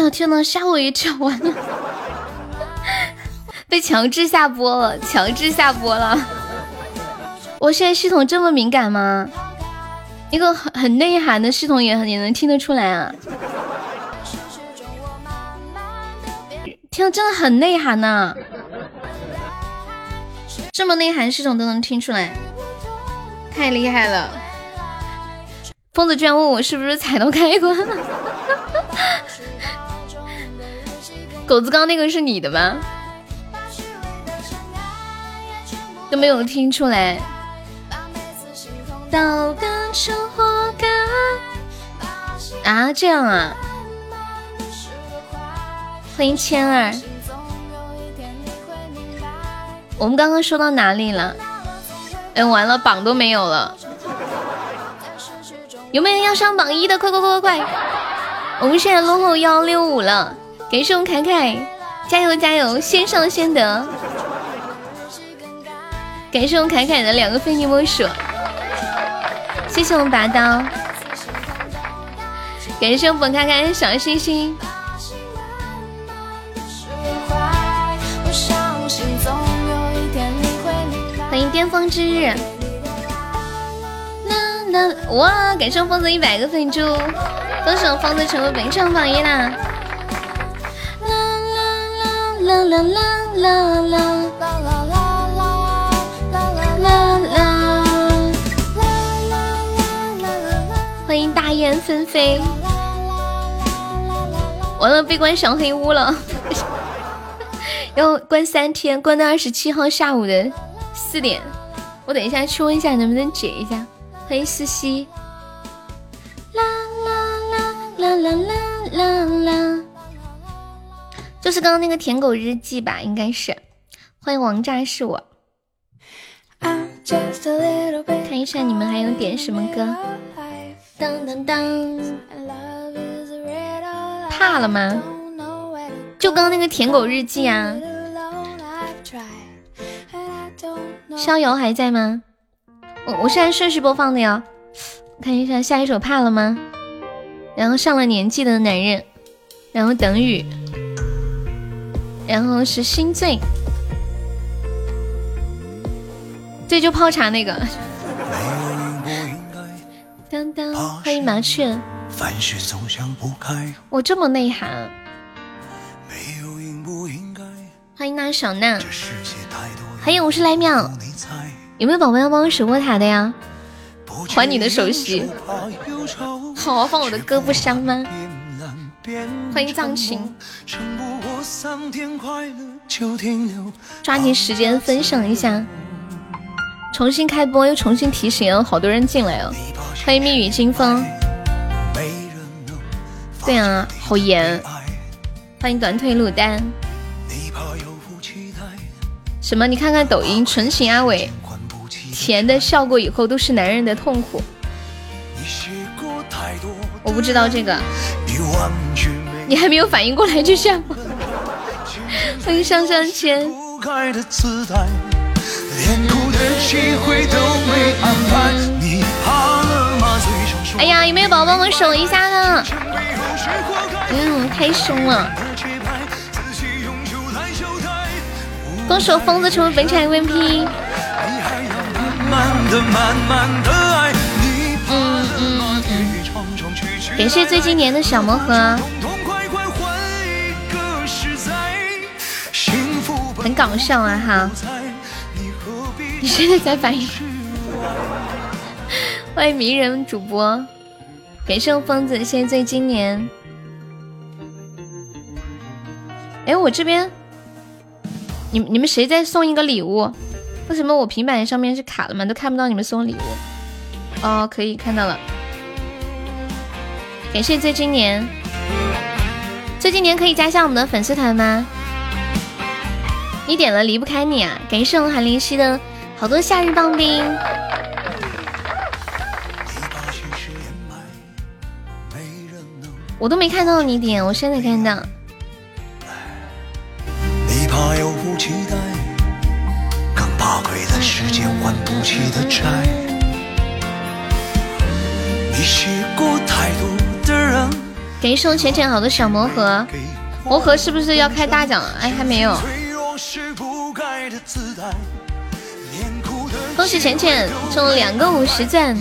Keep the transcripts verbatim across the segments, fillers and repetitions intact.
呀天呐，吓我一跳，完了，被强制下播了，强制下播了。我现在系统这么敏感吗？一个很很内涵的系统也也能听得出来啊！天啊，真的很内涵呐、啊！这么内涵系统都能听出来，太厉害了！疯子居然问我是不是踩到开关了。狗子刚那个是你的吗？都没有听出来。到感受活该啊，这样啊！欢迎千儿。我们刚刚说到哪里了？哎，完了，榜都没有了。有没有人要上榜一的？快快快快快！我们现在落后幺六五了。感谢我们凯凯，加油加油，先上先得。感谢我们凯凯的两个非你莫属，谢谢我们拔刀，感谢我们本凯凯的小星星。欢迎巅峰之日。那那哇，感谢我疯子一百个粉猪，恭喜我疯子成为本场榜一啦！啦啦啦啦啦啦啦啦啦！欢迎大雁纷飞。完了，被关小黑屋了，要关三天，关到二十七号下午的四点。我等一下去问一下能不能解一下。欢迎思熙。啦啦啦啦啦啦啦啦！就是刚刚那个舔狗日记吧，应该是。欢迎王炸是我。看一下你们还有点什么歌。当当当。怕了吗？就刚刚那个舔狗日记啊。逍遥还在吗？我我现在顺序播放的呀。看一下下一首怕了吗？然后上了年纪的男人，然后等雨。然后是心醉，这就泡茶那个。当当，欢迎麻雀。我这么内涵。欢迎那小娜。还有五十来秒，有没有宝宝要帮我守过塔的呀？还你的首席。好啊，放我的歌不香吗？欢迎藏青。抓紧时间分享一下，重新开播又重新提醒，好多人进来哦。欢迎蜜语金风。对啊，好严。欢迎短腿卤蛋。什么？你看看抖音，纯情阿伟甜的笑过以后都是男人的痛苦。我不知道这个，你还没有反应过来就下播。欢迎上上签。哎呀，有没有宝宝帮我守一下呢？嗯，太凶了。恭喜我疯子成为本场 M V P。嗯嗯嗯，感谢最今年的小魔盒，很搞笑啊哈！你现在才反应？欢迎迷人主播，感谢我疯子，谢谢最今年。哎，我这边。你你们谁在送一个礼物？为什么我平板上面是卡了吗？都看不到你们送礼物。哦，可以看到了。感谢最今年，最今年可以加上我们的粉丝团吗？你点了离不开你啊！感谢我韩林熙的好多夏日棒冰。我都没看到你点，我现在看到。 怕有无期待，更怕亏了时间还不起的债。你写过太多的人， 给送浅浅好的小魔盒，魔盒是不是要开大奖了？哎，还没有。恭喜浅浅中了两个五十赞。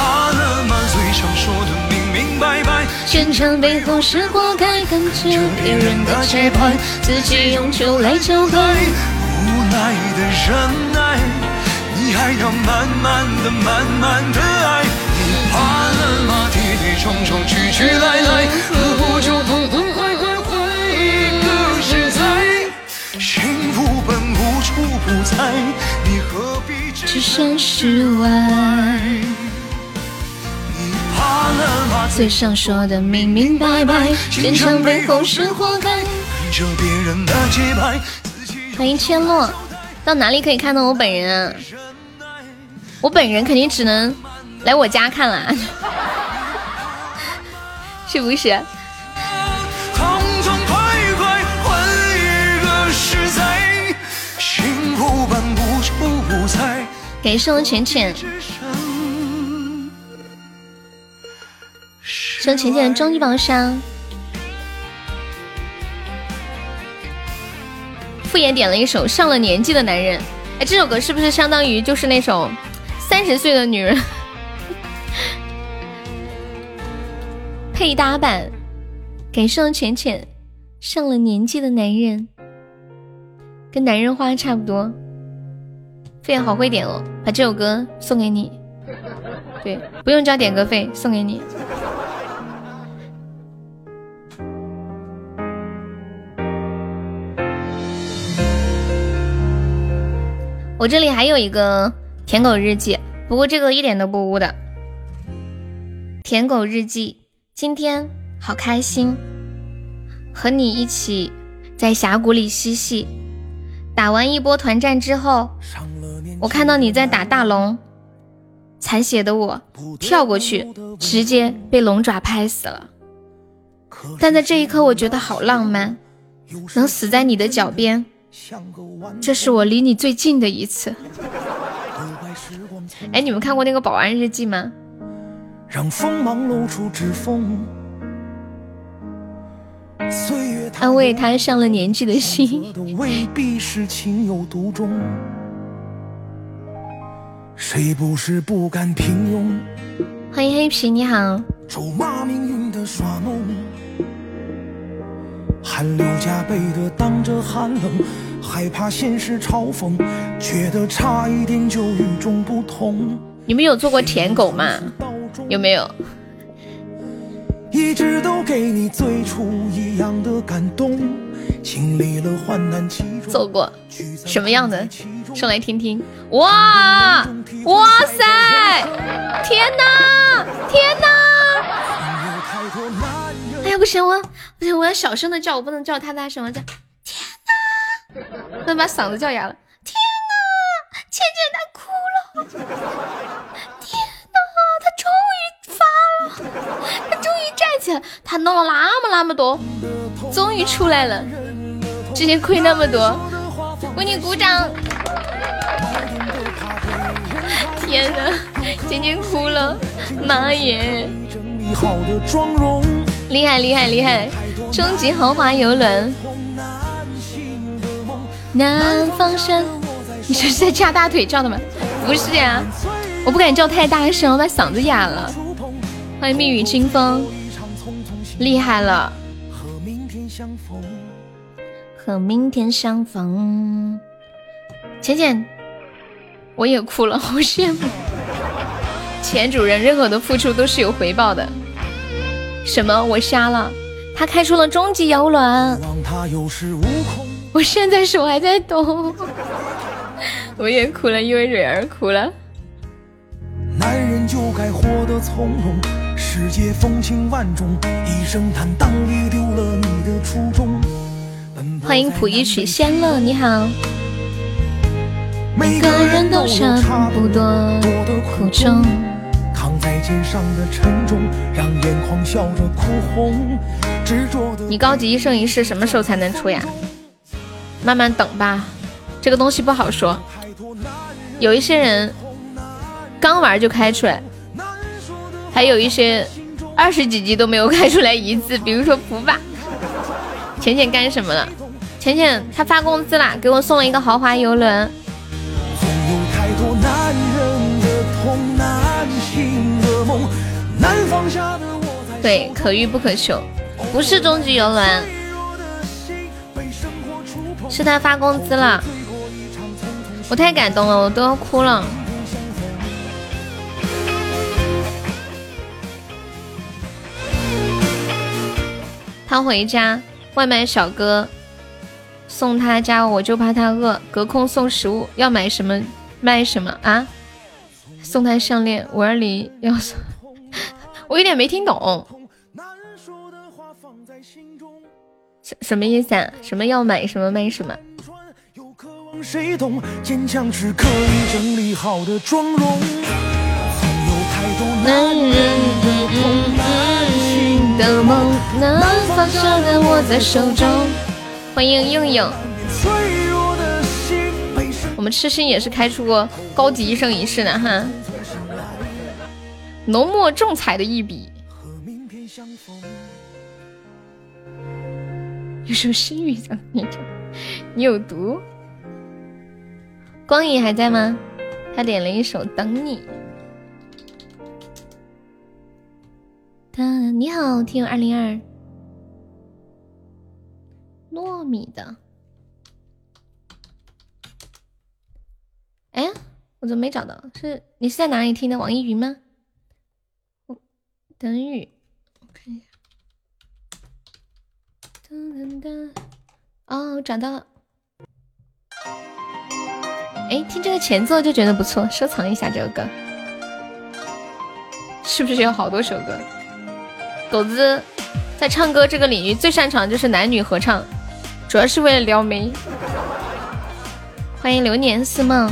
全场背后是活该，跟着别人的节拍，自己用酒来浇灌。无奈的忍耐，你还要慢慢的、慢慢的爱。你怕了吗？跌跌撞撞，去去来来，何不就痛痛快快活一个实在？幸福本无处不在，你何必置身事外？嘴上说的明明白白，坚强背后是活该。欢迎千落，到哪里可以看到我本人啊？我本人肯定只能来我家看啦，是不是？给送浅浅。送浅浅的终极宝箱，傅爷点了一首《上了年纪的男人》。哎，这首歌是不是相当于就是那首三十岁的女人配搭版？给送浅浅，上了年纪的男人，跟男人花差不多。傅爷好会点哦，把这首歌送给你。对，不用交点歌费，送给你。我这里还有一个舔狗日记，不过这个一点都不污的。舔狗日记，今天好开心，和你一起在峡谷里嬉戏。打完一波团战之后，我看到你在打大龙，残血的我跳过去，直接被龙爪拍死了。但在这一刻，我觉得好浪漫，能死在你的脚边。这是我离你最近的一次。哎，你们看过那个保安日记吗？让锋芒露出指缝，安慰他上了年纪的心。未必是情有独钟，谁不是不甘平庸？欢迎黑皮，你好。咒骂命运的耍弄，汗流浃背的当着寒冷，害怕现实嘲讽，觉得差一点就与众不同。你们有做过舔狗吗？有没有？一直都给你最初一样的感动，经历了患难其中。做过什么样的？说来听听。哇哇塞！天哪天哪！哎呀，不行，我不行，我要小声的叫，我不能叫太大声，我叫天哪！不能把嗓子叫哑了。天哪！倩倩她哭了。天哪！她终于发了，她终于站起来，她弄了那么那么多，终于出来了，之前亏那么多，为你鼓掌。天哪！倩倩哭了，妈耶！厉害厉害厉害！终极豪华游轮，南方山。你这是在掐大腿叫的吗？不是呀，我不敢叫太大声，我把嗓子哑了。欢迎蜜语清风，厉害了！和明天相逢，和明天相逢。浅浅，我也哭了，好羡慕。前主人任何的付出都是有回报的。什么？我瞎了？他开出了终极摇篮，我现在手还在抖。我也哭了，因为蕊儿哭了。男人就该活得从容，世界风情万种，一声坦荡已丢了你的初衷。欢迎谱一曲仙乐，你好。每个人都差不多的苦衷，扛在肩上的沉重，让眼眶笑着哭红。你高级一生一世什么时候才能出呀？慢慢等吧，这个东西不好说。有一些人刚玩就开出来，还有一些二十几集都没有开出来一次。比如说普法，浅浅干什么了？浅浅他发工资啦，给我送了一个豪华游轮。对，可遇不可求，不是终极游轮，是他发工资了。我太感动了，我都要哭了。他回家，外卖小哥送他家，我就怕他饿，隔空送食物，要买什么卖什么啊？送他项链，五二零要送，我有点没听懂，什什么意思啊？什么要买什么卖什么？谁懂？坚强是可以整理好的妆容。男人的梦，能放手的握在手中。欢迎应应。我们痴心也是开出过高级一生一世的哈，浓墨重彩的一笔。有首诗语讲你这，你有毒。光影还在吗？他点了一首《等你》。你好，听友二零二，糯米的。哎，我怎么没找到？是你是在哪里听的？网易云吗？等雨，我看一下。噔噔噔，哦，我找到了。哎，听这个前奏就觉得不错，收藏一下这个歌。是不是有好多首歌？狗子在唱歌这个领域最擅长就是男女合唱，主要是为了撩妹。欢迎流年似梦，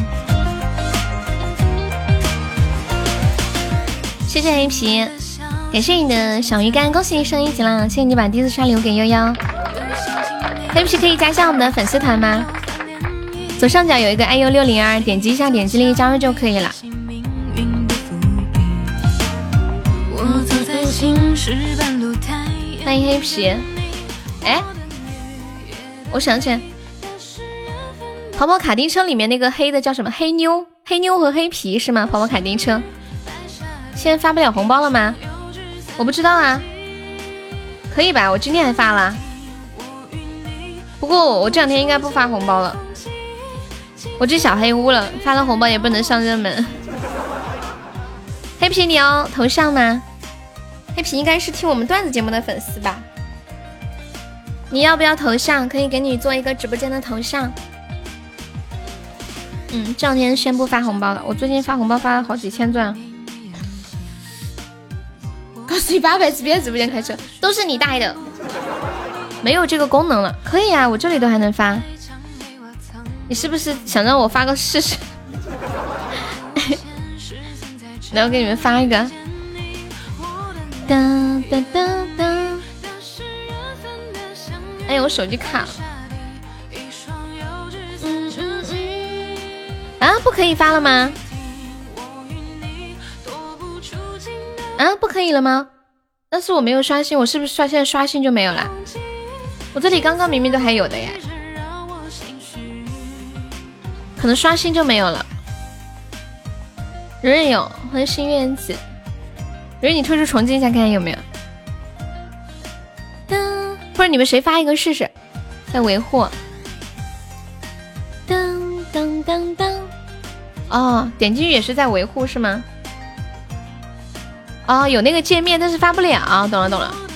谢谢黑皮，感谢你的小鱼干，恭喜你升一级啦！谢谢你把第四杀留给悠悠。黑皮可以加上我们的粉丝团吗？左上角有一个 I U 六零二，点击一下，点击立即加入就可以了。欢迎黑皮。哎，我想起来，跑跑卡丁车里面那个黑的叫什么？黑妞，黑妞和黑皮是吗？跑跑卡丁车现在发不了红包了吗？我不知道啊，可以吧？我今天还发了，不过我这两天应该不发红包了。我进小黑屋了，发了红包也不能上热门。黑皮，你要头像吗？黑皮应该是听我们段子节目的粉丝吧？你要不要头像？可以给你做一个直播间的头像。嗯，这两天宣布发红包了，我最近发红包发了好几千钻。告诉你，八百次别在直播间开车，都是你带的，没有这个功能了。可以啊，我这里都还能发。你是不是想让我发个试试？来，我给你们发一个。哒哒哒哒。哎，我手机卡了。嗯嗯嗯。啊，不可以发了吗？啊，不可以了吗？但是我没有刷新，我是不是刷现在刷新就没有了？我这里刚刚明明都还有的呀。可能刷新就没有了。人人有，欢迎心愿子。人你退出重进一下，看看有没有。噔，或者你们谁发一个试试？在维护。噔噔噔噔。哦，点进去也是在维护是吗？哦，有那个界面，但是发不了。懂了懂了。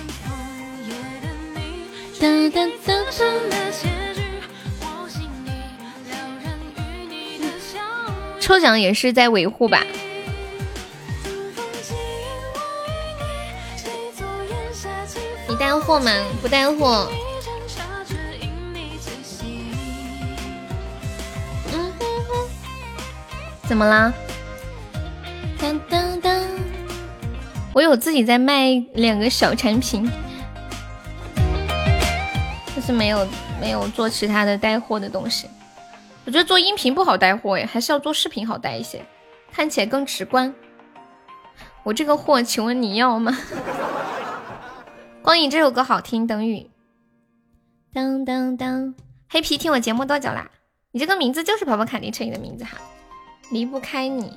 噔噔噔噔。抽奖也是在维护吧？你带货吗？不带货。嗯哼哼，怎么了？当当当，我有自己在卖两个小产品，但是没有没有做其他的带货的东西。我觉得做音频不好带货耶，还是要做视频好带一些，看起来更直观。我这个货，请问你要吗？ 光影这首歌好听，等雨。当当当，黑皮听我节目多久啦？你这个名字就是跑跑卡丁车里的名字哈，离不开你。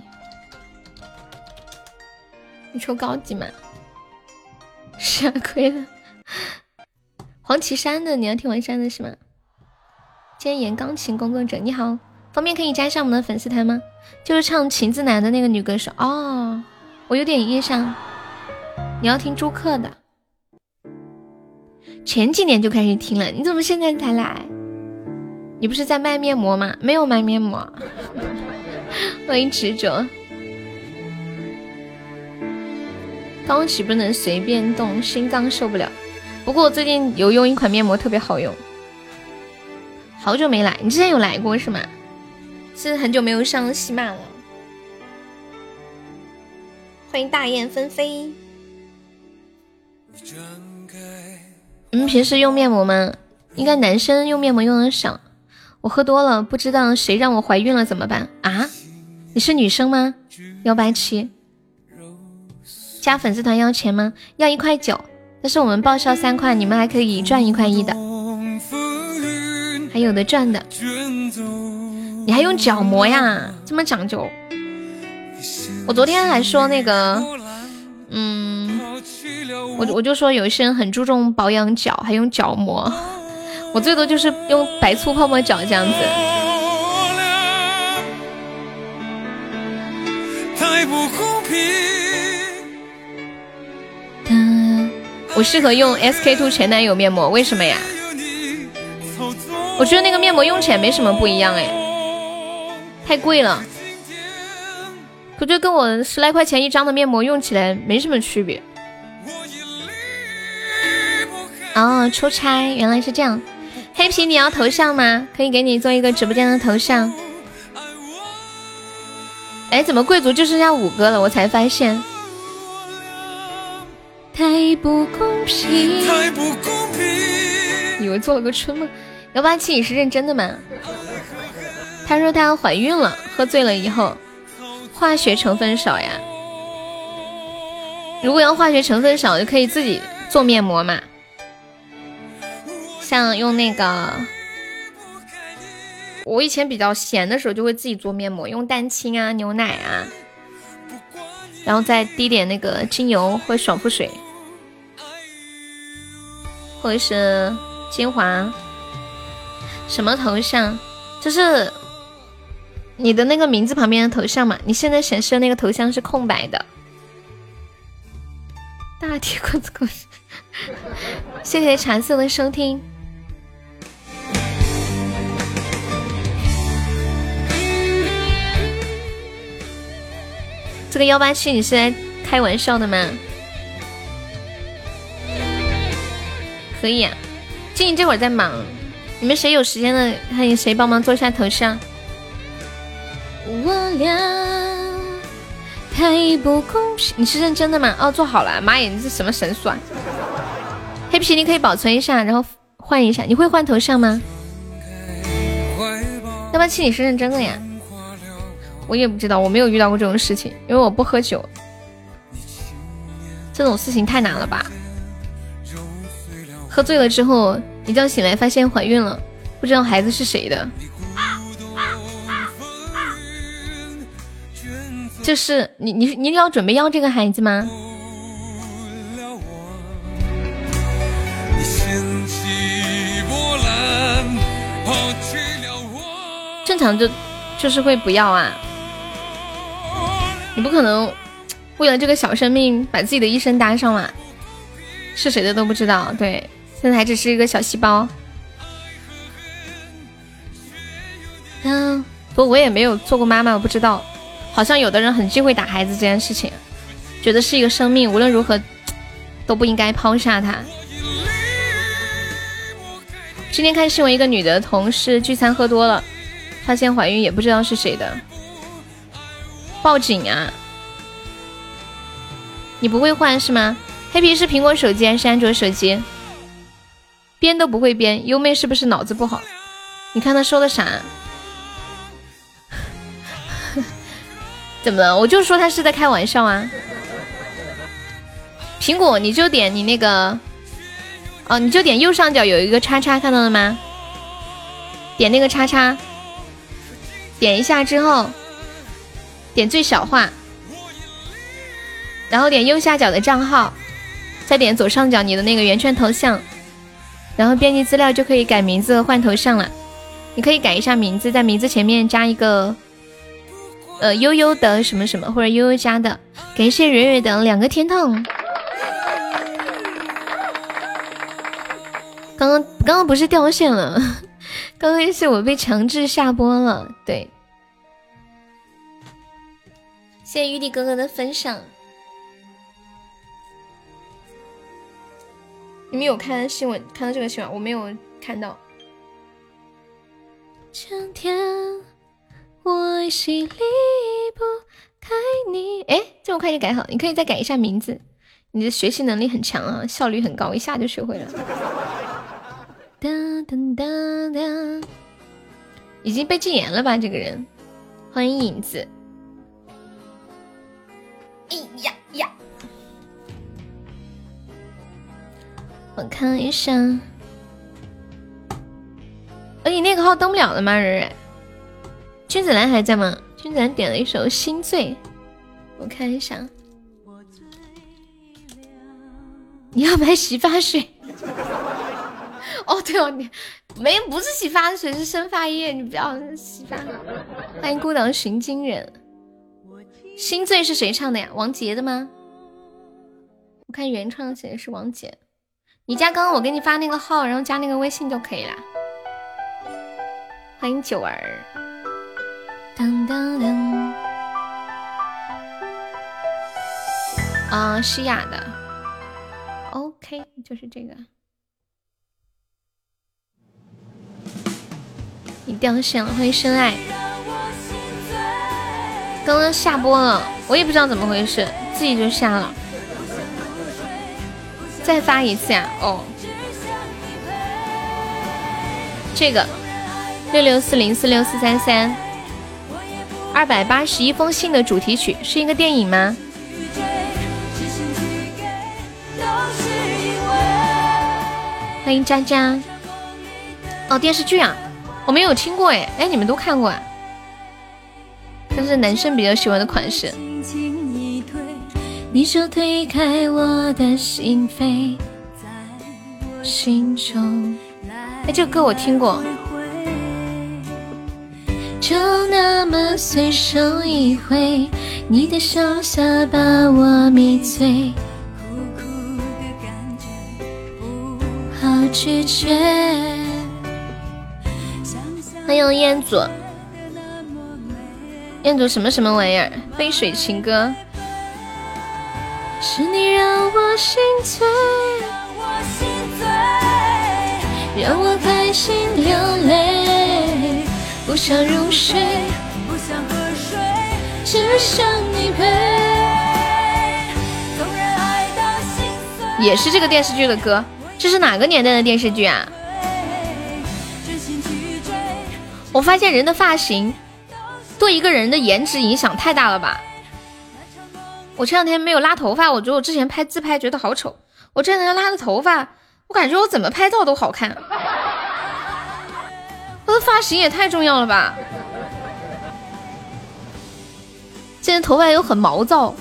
你抽高级吗？是啊，亏了。黄绮珊的，你要听黄绮珊的是吗？监研钢琴工作者，你好，方便可以加上我们的粉丝团吗？就是唱《情字难》的那个女歌手哦，我有点印象。你要听朱克的，前几年就开始听了，你怎么现在才来？你不是在卖面膜吗？没有卖面膜。欢迎执着。刚起不能随便动，心脏受不了。不过我最近有用一款面膜特别好用。好久没来，你之前有来过是吗？是很久没有上喜马了。欢迎大雁纷飞。你们平时用面膜吗？应该男生用面膜用的少。我喝多了，不知道谁让我怀孕了怎么办啊？你是女生吗？幺八七。加粉丝团要钱吗？要一块九，但是我们报销三块，你们还可以赚一块一的，还有的赚的。你还用角膜呀？这么讲究？我昨天还说那个，嗯，我我就说有一些人很注重保养脚，还用角膜。我最多就是用白醋泡沫脚这样子。太不公平。我适合用 S K two 前男友面膜，为什么呀？我觉得那个面膜用起来没什么不一样哎，太贵了。我觉得跟我十来块钱一张的面膜用起来没什么区别。哦，出差原来是这样。黑皮你要头像吗？可以给你做一个直播间的头像。哎，怎么贵族就剩下五个了？我才发现。太不公平，太不公平。以为做了个春梦。幺八七，你是认真的吗？他说他怀孕了，喝醉了以后，化学成分少呀。如果要化学成分少，就可以自己做面膜嘛。像用那个，我以前比较闲的时候就会自己做面膜，用蛋清啊、牛奶啊。然后再滴点那个精油或爽肤水，或者是精华。什么头像？就是你的那个名字旁边的头像嘛。你现在显示的那个头像是空白的。大铁棍子故事，谢谢茶色的收听。这个幺八七你是在开玩笑的吗？可以啊，静静这会儿在忙，你们谁有时间的，看谁帮忙做一下头像。我俩太不公平，你是认真的吗？哦，做好了，妈呀，你是什么神算？黑皮你可以保存一下，然后换一下。你会换头像吗？幺八七你是认真的呀？我也不知道，我没有遇到过这种事情，因为我不喝酒。这种事情太难了吧？喝醉了之后，一觉醒来发现怀孕了，不知道孩子是谁的。就是你你你要准备要这个孩子吗？正常就就是会不要啊。你不可能为了这个小生命把自己的一生搭上嘛，是谁的都不知道。对，现在还只是一个小细胞。嗯，不过我也没有做过妈妈，我不知道。好像有的人很忌讳打孩子这件事情，觉得是一个生命，无论如何都不应该抛下他。今天看新闻，一个女的同事聚餐喝多了，发现怀孕，也不知道是谁的。报警啊！你不会换是吗？黑皮是苹果手机还是安卓手机？编都不会编，优妹是不是脑子不好？你看他说的啥？怎么了？我就说他是在开玩笑啊！苹果你就点你那个哦，你就点右上角有一个叉叉，看到了吗？点那个叉叉，点一下之后，点最小化，然后点右下角的账号，再点左上角你的那个圆圈头像，然后编辑资料就可以改名字和换头像了。你可以改一下名字，在名字前面加一个呃悠悠的什么什么，或者悠悠加的。感谢蕊蕊的两个甜筒。刚刚刚刚不是掉线了，刚刚是我被强制下播了。对，谢谢玉帝哥哥的分享。你们有看新闻？看到这个新闻？我没有看到。今天我已离不开你。哎，这么快就改好？你可以再改一下名字。你的学习能力很强啊，效率很高，一下就学会了。哒哒哒哒，已经被禁言了吧？这个人，欢迎影子。哎呀呀！我看一下。而你那个号登不了了吗？蕊蕊，君子兰还在吗？君子兰点了一首《心醉》，我看一下。你要买洗发水？哦，对哦，你没不是洗发水，是生发液，你不要洗发。欢迎孤岛寻经人。《心醉》是谁唱的呀？王杰的吗？我看原创写的是王杰。你加刚刚我给你发那个号，然后加那个微信就可以了。欢迎九儿，当当当，啊，诗雅的 ，OK， 就是这个。你掉线了，欢迎深爱。刚刚下播了，我也不知道怎么回事，自己就下了。再发一次呀、啊？哦，这个。六六四零四六四三三，二百八十一封信的主题曲是一个电影吗？欢迎渣渣。哦，电视剧啊，我没有听过哎，哎，你们都看过啊？这是男生比较喜欢的款式。你就推开我的心扉，心中。哎，这个歌我听过。就那么随手一挥，你的笑下把我迷醉，不好拒绝。欢迎彦祖，彦祖什么什么玩意儿？杯水情歌，是你让我心醉，让我开心流泪。不想入睡，不想喝水，只想你陪。也是这个电视剧的歌，这是哪个年代的电视剧啊？我发现人的发型对一个人的颜值影响太大了吧？我这两天没有拉头发，我觉得我之前拍自拍觉得好丑，我这两天拉的头发，我感觉我怎么拍照都好看。我的发型也太重要了吧！现在头发又很毛躁。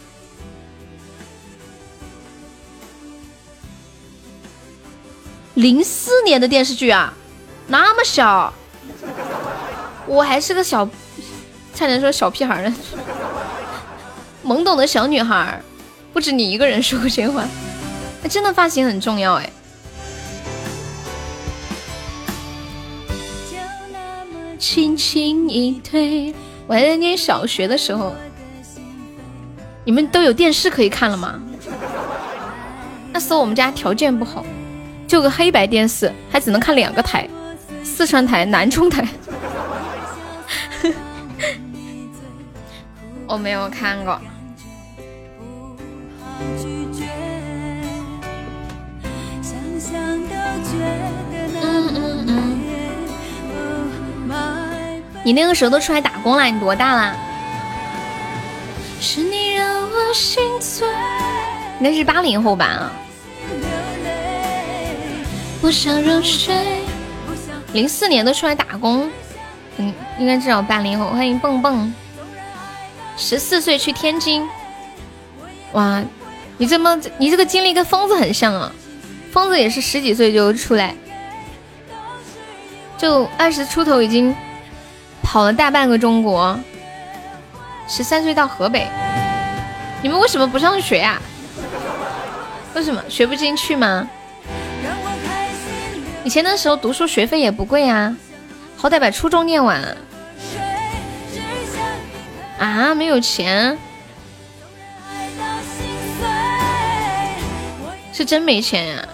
零四年的电视剧啊，那么小，我还是个小，差点说小屁孩呢，懵懂的小女孩。不止你一个人说过这话，哎，真的发型很重要哎。轻轻一推，我还在念小学的时候，你们都有电视可以看了吗？那时候我们家条件不好，就个黑白电视，还只能看两个台，四川台、南充台。我没有看过。嗯嗯嗯。你那个时候都出来打工了，你多大啦？是你让我心醉。应该是八零后吧？ 不想入睡。零四年都出来打工，嗯，应该至少八零后。欢迎蹦蹦，十四岁去天津，哇，你这么你这个经历跟疯子很像啊，疯子也是十几岁就出来，就二十出头已经跑了大半个中国，十三岁到河北。你们为什么不上学啊？为什么学不进去吗？以前的时候读书学费也不贵啊，好歹把初中念完。啊，没有钱？是真没钱呀、啊？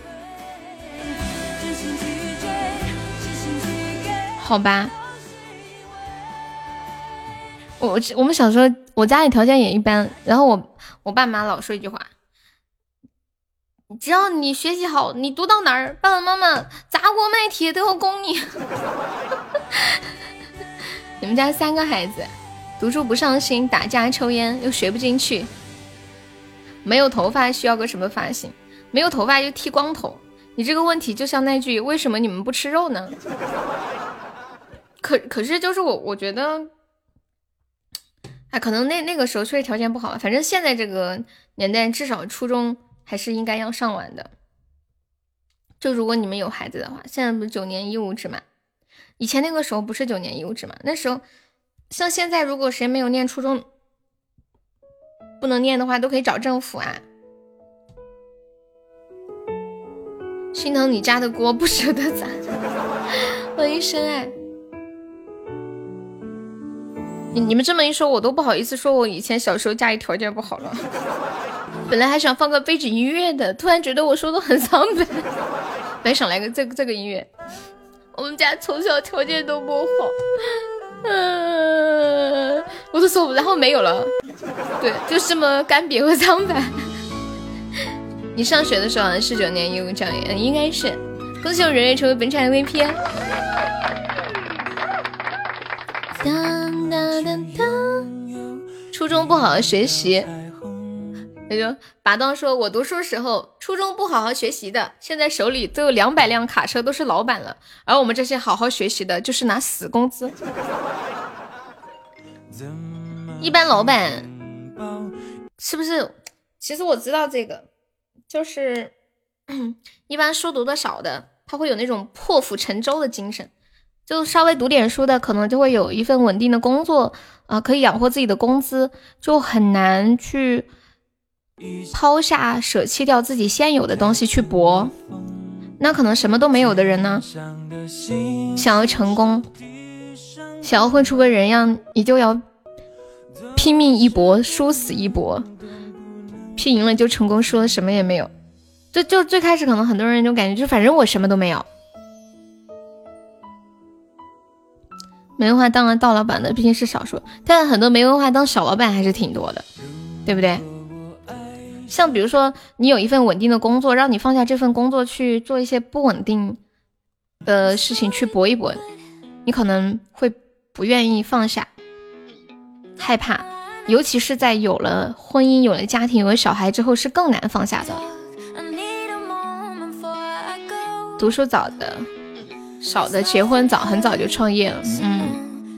好吧，我我们小时候我家里条件也一般，然后我我爸妈老说一句话，只要你学习好，你读到哪儿，爸爸妈妈砸锅卖铁都要供你。你们家三个孩子，读书不上心，打架抽烟又学不进去，没有头发需要个什么发型？没有头发就剃光头。你这个问题就像那句为什么你们不吃肉呢？可可是就是我我觉得，哎，可能那那个时候确实条件不好，反正现在这个年代至少初中还是应该要上完的。就如果你们有孩子的话，现在不是九年义务制嘛？以前那个时候不是九年义务制嘛？那时候像现在，如果谁没有念初中，不能念的话，都可以找政府啊。心疼你家的锅，不舍得砸。欢迎深爱。你你们这么一说，我都不好意思说我以前小时候家里条件不好了。本来还想放个背景音乐的，突然觉得我说的很苍白，本来想来个这个这个音乐。我们家从小条件都不好，嗯，我都说不，然后没有了，对，就这么干瘪和苍白。你上学的时候好像是九年义务教育，应该是。恭喜我人类成为本场 M V P。当当当当，初中不好好学习，那就拔刀说，我读书时候初中不好好学习的，现在手里都有两百辆卡车，都是老板了，而我们这些好好学习的，就是拿死工资。一般老板是不是？其实我知道这个，就是一般书读的少的，他会有那种破釜沉舟的精神。就稍微读点书的，可能就会有一份稳定的工作，啊、呃，可以养活自己的工资，就很难去抛下、舍弃掉自己现有的东西去搏。那可能什么都没有的人呢，想要成功，想要混出个人样，你就要拼命一搏，输死一搏，拼赢了就成功，输了什么也没有。就就最开始可能很多人就感觉，就反正我什么都没有。没文化当了大老板的毕竟是少数，但很多没文化当小老板还是挺多的，对不对？像比如说你有一份稳定的工作，让你放下这份工作去做一些不稳定的事情去搏一搏，你可能会不愿意放下，害怕，尤其是在有了婚姻、有了家庭、有了小孩之后是更难放下的。读书早的少的结婚早，很早就创业了。嗯，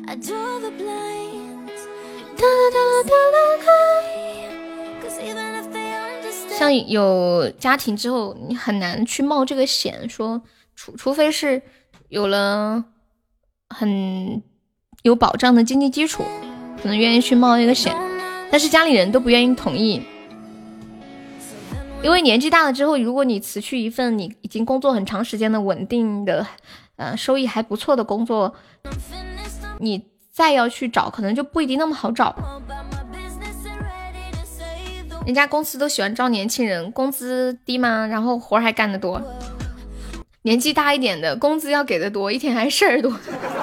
像有家庭之后，你很难去冒这个险，说除除非是有了很有保障的经济基础，可能愿意去冒这个险，但是家里人都不愿意同意。因为年纪大了之后，如果你辞去一份你已经工作很长时间的稳定的呃收益还不错的工作，你再要去找可能就不一定那么好找。人家公司都喜欢招年轻人，工资低嘛，然后活还干得多。年纪大一点的工资要给的多，一天还事儿多。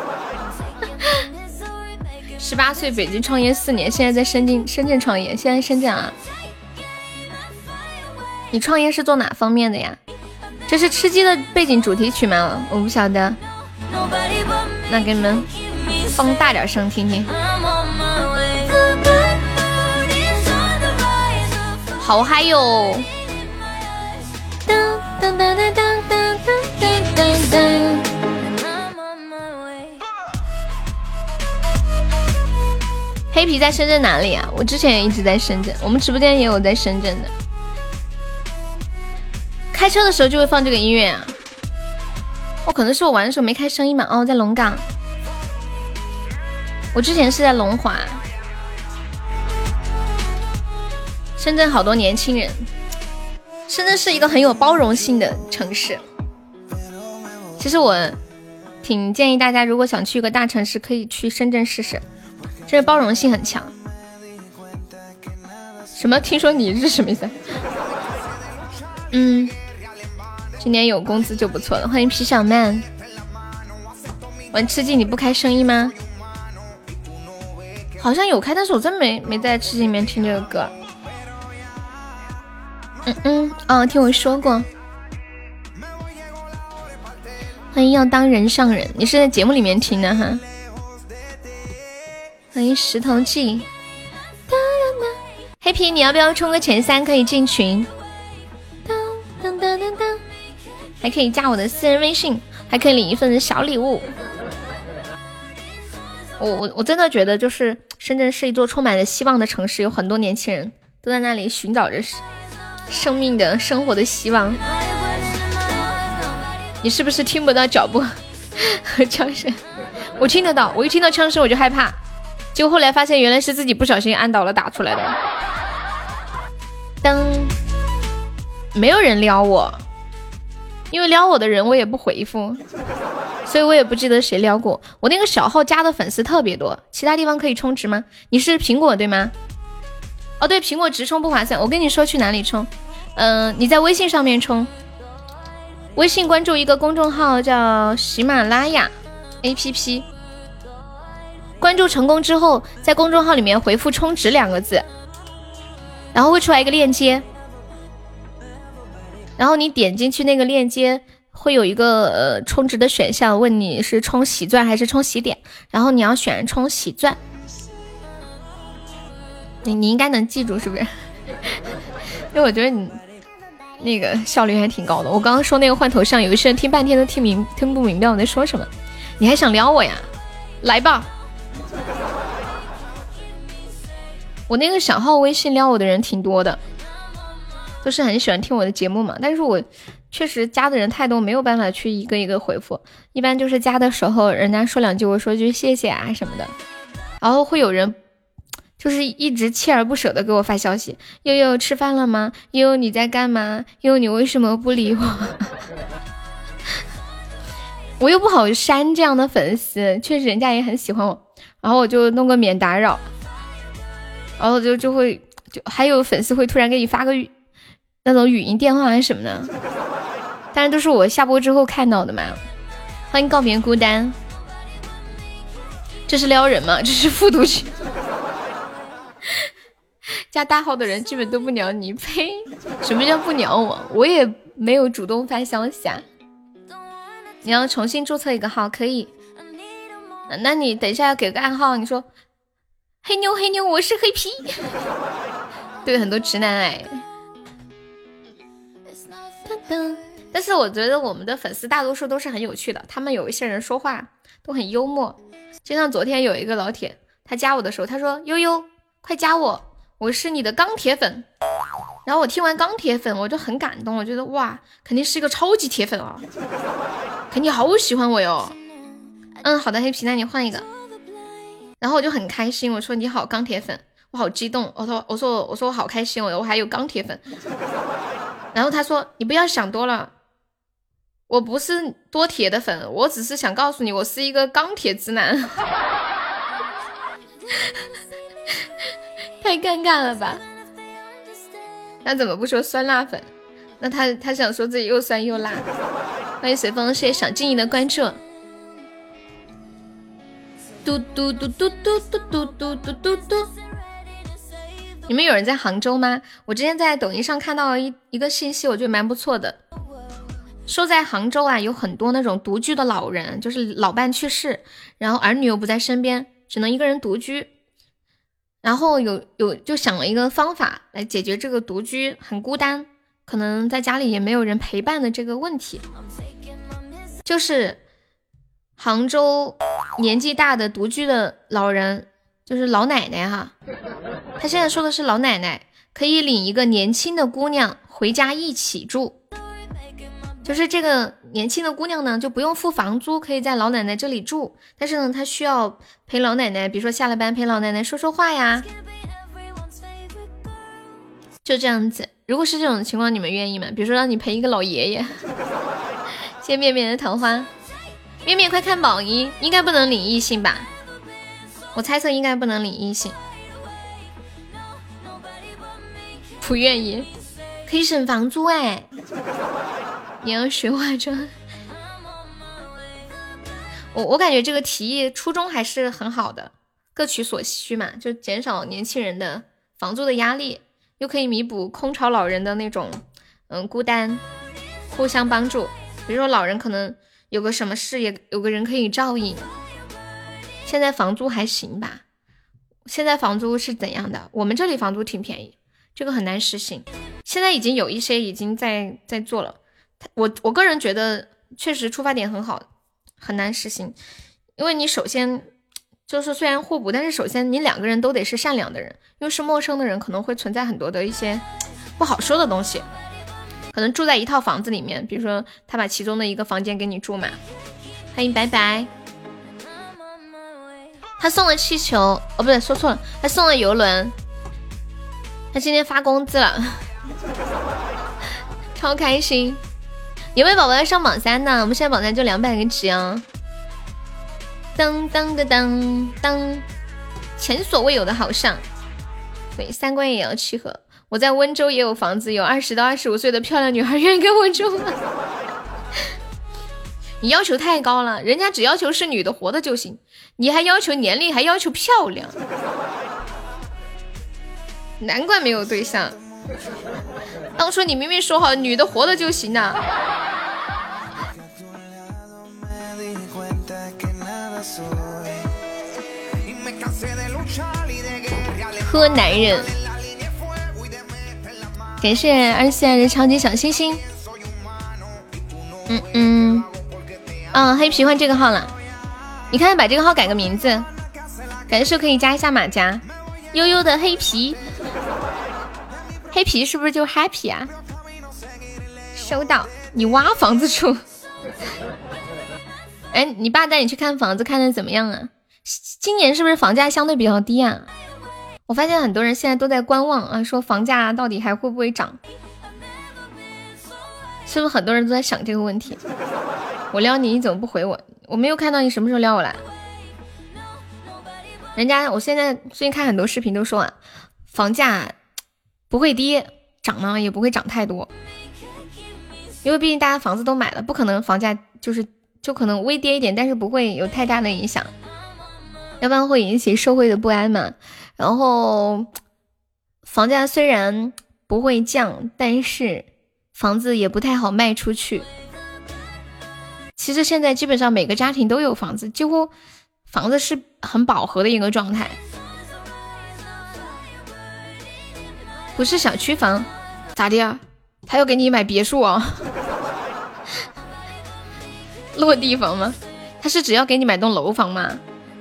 十八岁北京创业四年，现在在深圳深圳创业，现在深圳啊。你创业是做哪方面的呀？这是吃鸡的背景主题曲吗？我不晓得，那给你们放大点声听听。好嗨哟！当当当当当当当黑皮在深圳哪里啊？我之前也一直在深圳，我们直播间也有在深圳的。开车的时候就会放这个音乐啊。我、哦、可能是我玩的时候没开声音嘛。哦，在龙岗。我之前是在龙华。深圳好多年轻人。深圳是一个很有包容性的城市。其实我挺建议大家，如果想去一个大城市，可以去深圳试试，这包容性很强。什么？听说你是什么意思？嗯，今年有工资就不错了。欢迎皮小曼。玩吃鸡你不开声音吗？好像有开，但是我真没没在吃鸡里面听这个歌。嗯嗯，哦，听我说过。欢迎要当人上人，你是在节目里面听的哈。欢迎石头记。黑皮，你要不要冲个前三可以进群？还可以加我的私人微信，还可以领一份小礼物。我我我真的觉得，就是深圳是一座充满了希望的城市，有很多年轻人都在那里寻找着生命的生活的希望。你是不是听不到脚步和枪声？我听得到，我一听到枪声我就害怕，结果后来发现原来是自己不小心按倒了打出来的。噔，没有人撩我，因为撩我的人我也不回复，所以我也不记得谁撩过我。那个小号加的粉丝特别多，其他地方可以充值吗？你是苹果对吗？哦对，苹果直充不划算。我跟你说去哪里充，嗯、呃，你在微信上面充。微信关注一个公众号叫喜马拉雅 A P P， 关注成功之后在公众号里面回复充值两个字，然后会出来一个链接，然后你点进去那个链接会有一个呃充值的选项，问你是充喜钻还是充喜点，然后你要选充喜钻。你你应该能记住是不是？因为我觉得你那个效率还挺高的。我刚刚说那个换头像，有一些人听半天都听明听不明白我在说什么。你还想撩我呀？来吧！我那个小号微信撩我的人挺多的，都是很喜欢听我的节目嘛。但是我确实加的人太多，没有办法去一个一个回复。一般就是加的时候，人家说两句，我说句谢谢啊什么的。然后会有人就是一直锲而不舍的给我发消息，悠悠吃饭了吗？悠悠你在干嘛？悠悠你为什么不理我？我又不好删这样的粉丝，确实人家也很喜欢我，然后我就弄个免打扰，然后就就会就还有粉丝会突然给你发个语那种语音电话还是什么的，但是都是我下播之后看到的嘛。欢迎告别孤单，这是撩人吗？这是复读群。加大号的人基本都不鸟你，呸！什么叫不鸟我？我也没有主动发消息啊。你要重新注册一个号可以，那你等一下给个暗号，你说黑妞黑妞我是黑皮。对，很多直男癌。但是我觉得我们的粉丝大多数都是很有趣的，他们有一些人说话都很幽默。就像昨天有一个老铁，他加我的时候他说悠悠快加我，我是你的钢铁粉。然后我听完钢铁粉我就很感动，我觉得哇肯定是一个超级铁粉啊，肯定好喜欢我哟。嗯，好的黑皮，那你换一个。然后我就很开心，我说你好钢铁粉，我好激动，我说我说我说我好开心，我我还有钢铁粉。然后他说你不要想多了，我不是多铁的粉，我只是想告诉你我是一个钢铁直男。太尴尬了吧？那怎么不说酸辣粉？那他他想说自己又酸又辣。欢迎随风，谢谢小静怡的关注。嘟嘟嘟嘟嘟嘟嘟嘟嘟嘟嘟。你们有人在杭州吗？我之前在抖音上看到一一个信息，我觉得蛮不错的。说在杭州啊，有很多那种独居的老人，就是老伴去世，然后儿女又不在身边，只能一个人独居。然后有有就想了一个方法来解决这个独居很孤单，可能在家里也没有人陪伴的这个问题。就是杭州年纪大的独居的老人， 就是老奶奶哈，他现在说的是老奶奶可以领一个年轻的姑娘回家一起住，就是这个年轻的姑娘呢就不用付房租，可以在老奶奶这里住，但是呢她需要陪老奶奶，比如说下了班陪老奶奶说说话呀，就这样子。如果是这种情况你们愿意吗？比如说让你陪一个老爷爷。谢谢面面的桃花，面面快看榜一，应该不能领异性吧，我猜测应该不能领异性。不愿意，可以省房租哎。你要学化妆，我我感觉这个提议初衷还是很好的，各取所需嘛，就减少年轻人的房租的压力，又可以弥补空巢老人的那种嗯孤单，互相帮助。比如说老人可能有个什么事也有个人可以照应。现在房租还行吧？现在房租是怎样的？我们这里房租挺便宜，这个很难实行。现在已经有一些已经在在做了，我我个人觉得确实出发点很好，很难实行。因为你首先就是虽然互补，但是首先你两个人都得是善良的人，因为是陌生的人可能会存在很多的一些不好说的东西，可能住在一套房子里面，比如说他把其中的一个房间给你住嘛。欢迎白白，他送了气球，哦不对，说错了，他送了游轮。他今天发工资了，超开心。有没有宝宝要上榜三呢？我们现在榜三就两百个值啊！当当的当当，前所未有的好上。对，三观也要契合。我在温州也有房子，有二十到二十五岁的漂亮女孩愿意跟我住吗？你要求太高了，人家只要求是女的活的就行，你还要求年龄，还要求漂亮，难怪没有对象。当初你明明说好女的活的就行啊。喝男人，感谢二十四爱的超级小星星。嗯嗯，啊，黑皮换这个号了，你看把这个号改个名字，感觉是可以加一下马甲，悠悠的黑皮，黑皮是不是就 happy 啊？收到，你挖房子住。哎，你爸带你去看房子，看的怎么样啊？今年是不是房价相对比较低啊？我发现很多人现在都在观望啊，说房价到底还会不会涨？是不是很多人都在想这个问题？我撩你，你怎么不回我？我没有看到你什么时候撩我来。人家我现在最近看很多视频都说啊，房价不会跌，涨呢也不会涨太多，因为毕竟大家房子都买了，不可能房价就是就可能微跌一点，但是不会有太大的影响，要不然会引起社会的不安嘛。然后房价虽然不会降，但是房子也不太好卖出去。其实现在基本上每个家庭都有房子，几乎房子是很饱和的一个状态。不是小区房咋的呀？他要给你买别墅啊？落地房吗？他是只要给你买栋楼房吗？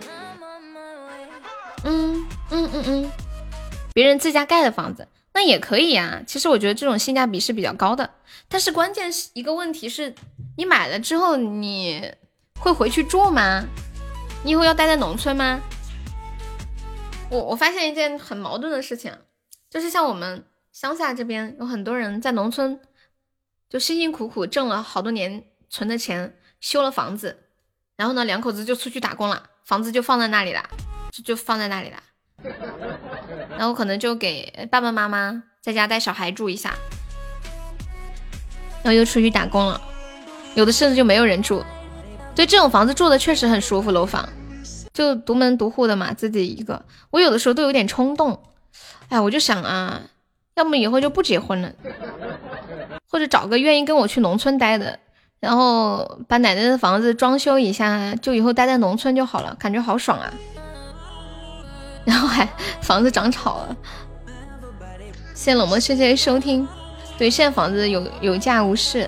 嗯嗯嗯嗯，别人自家盖的房子那也可以呀。其实我觉得这种性价比是比较高的，但是关键是一个问题是，你买了之后你会回去住吗？你以后要待在农村吗？我我发现一件很矛盾的事情，就是像我们乡下这边有很多人在农村就辛辛苦苦挣了好多年存的钱，修了房子，然后呢两口子就出去打工了，房子就放在那里了，就就放在那里了，然后可能就给爸爸妈妈在家带小孩住一下，然后又出去打工了，有的甚至就没有人住。对，这种房子住的确实很舒服，楼房就独门独户的嘛，自己一个。我有的时候都有点冲动，哎，我就想啊，要么以后就不结婚了，或者找个愿意跟我去农村待的，然后把奶奶的房子装修一下，就以后待在农村就好了，感觉好爽啊。然后还房子涨炒了。谢谢冷漠世界的收听。对，现在房子有有价无市。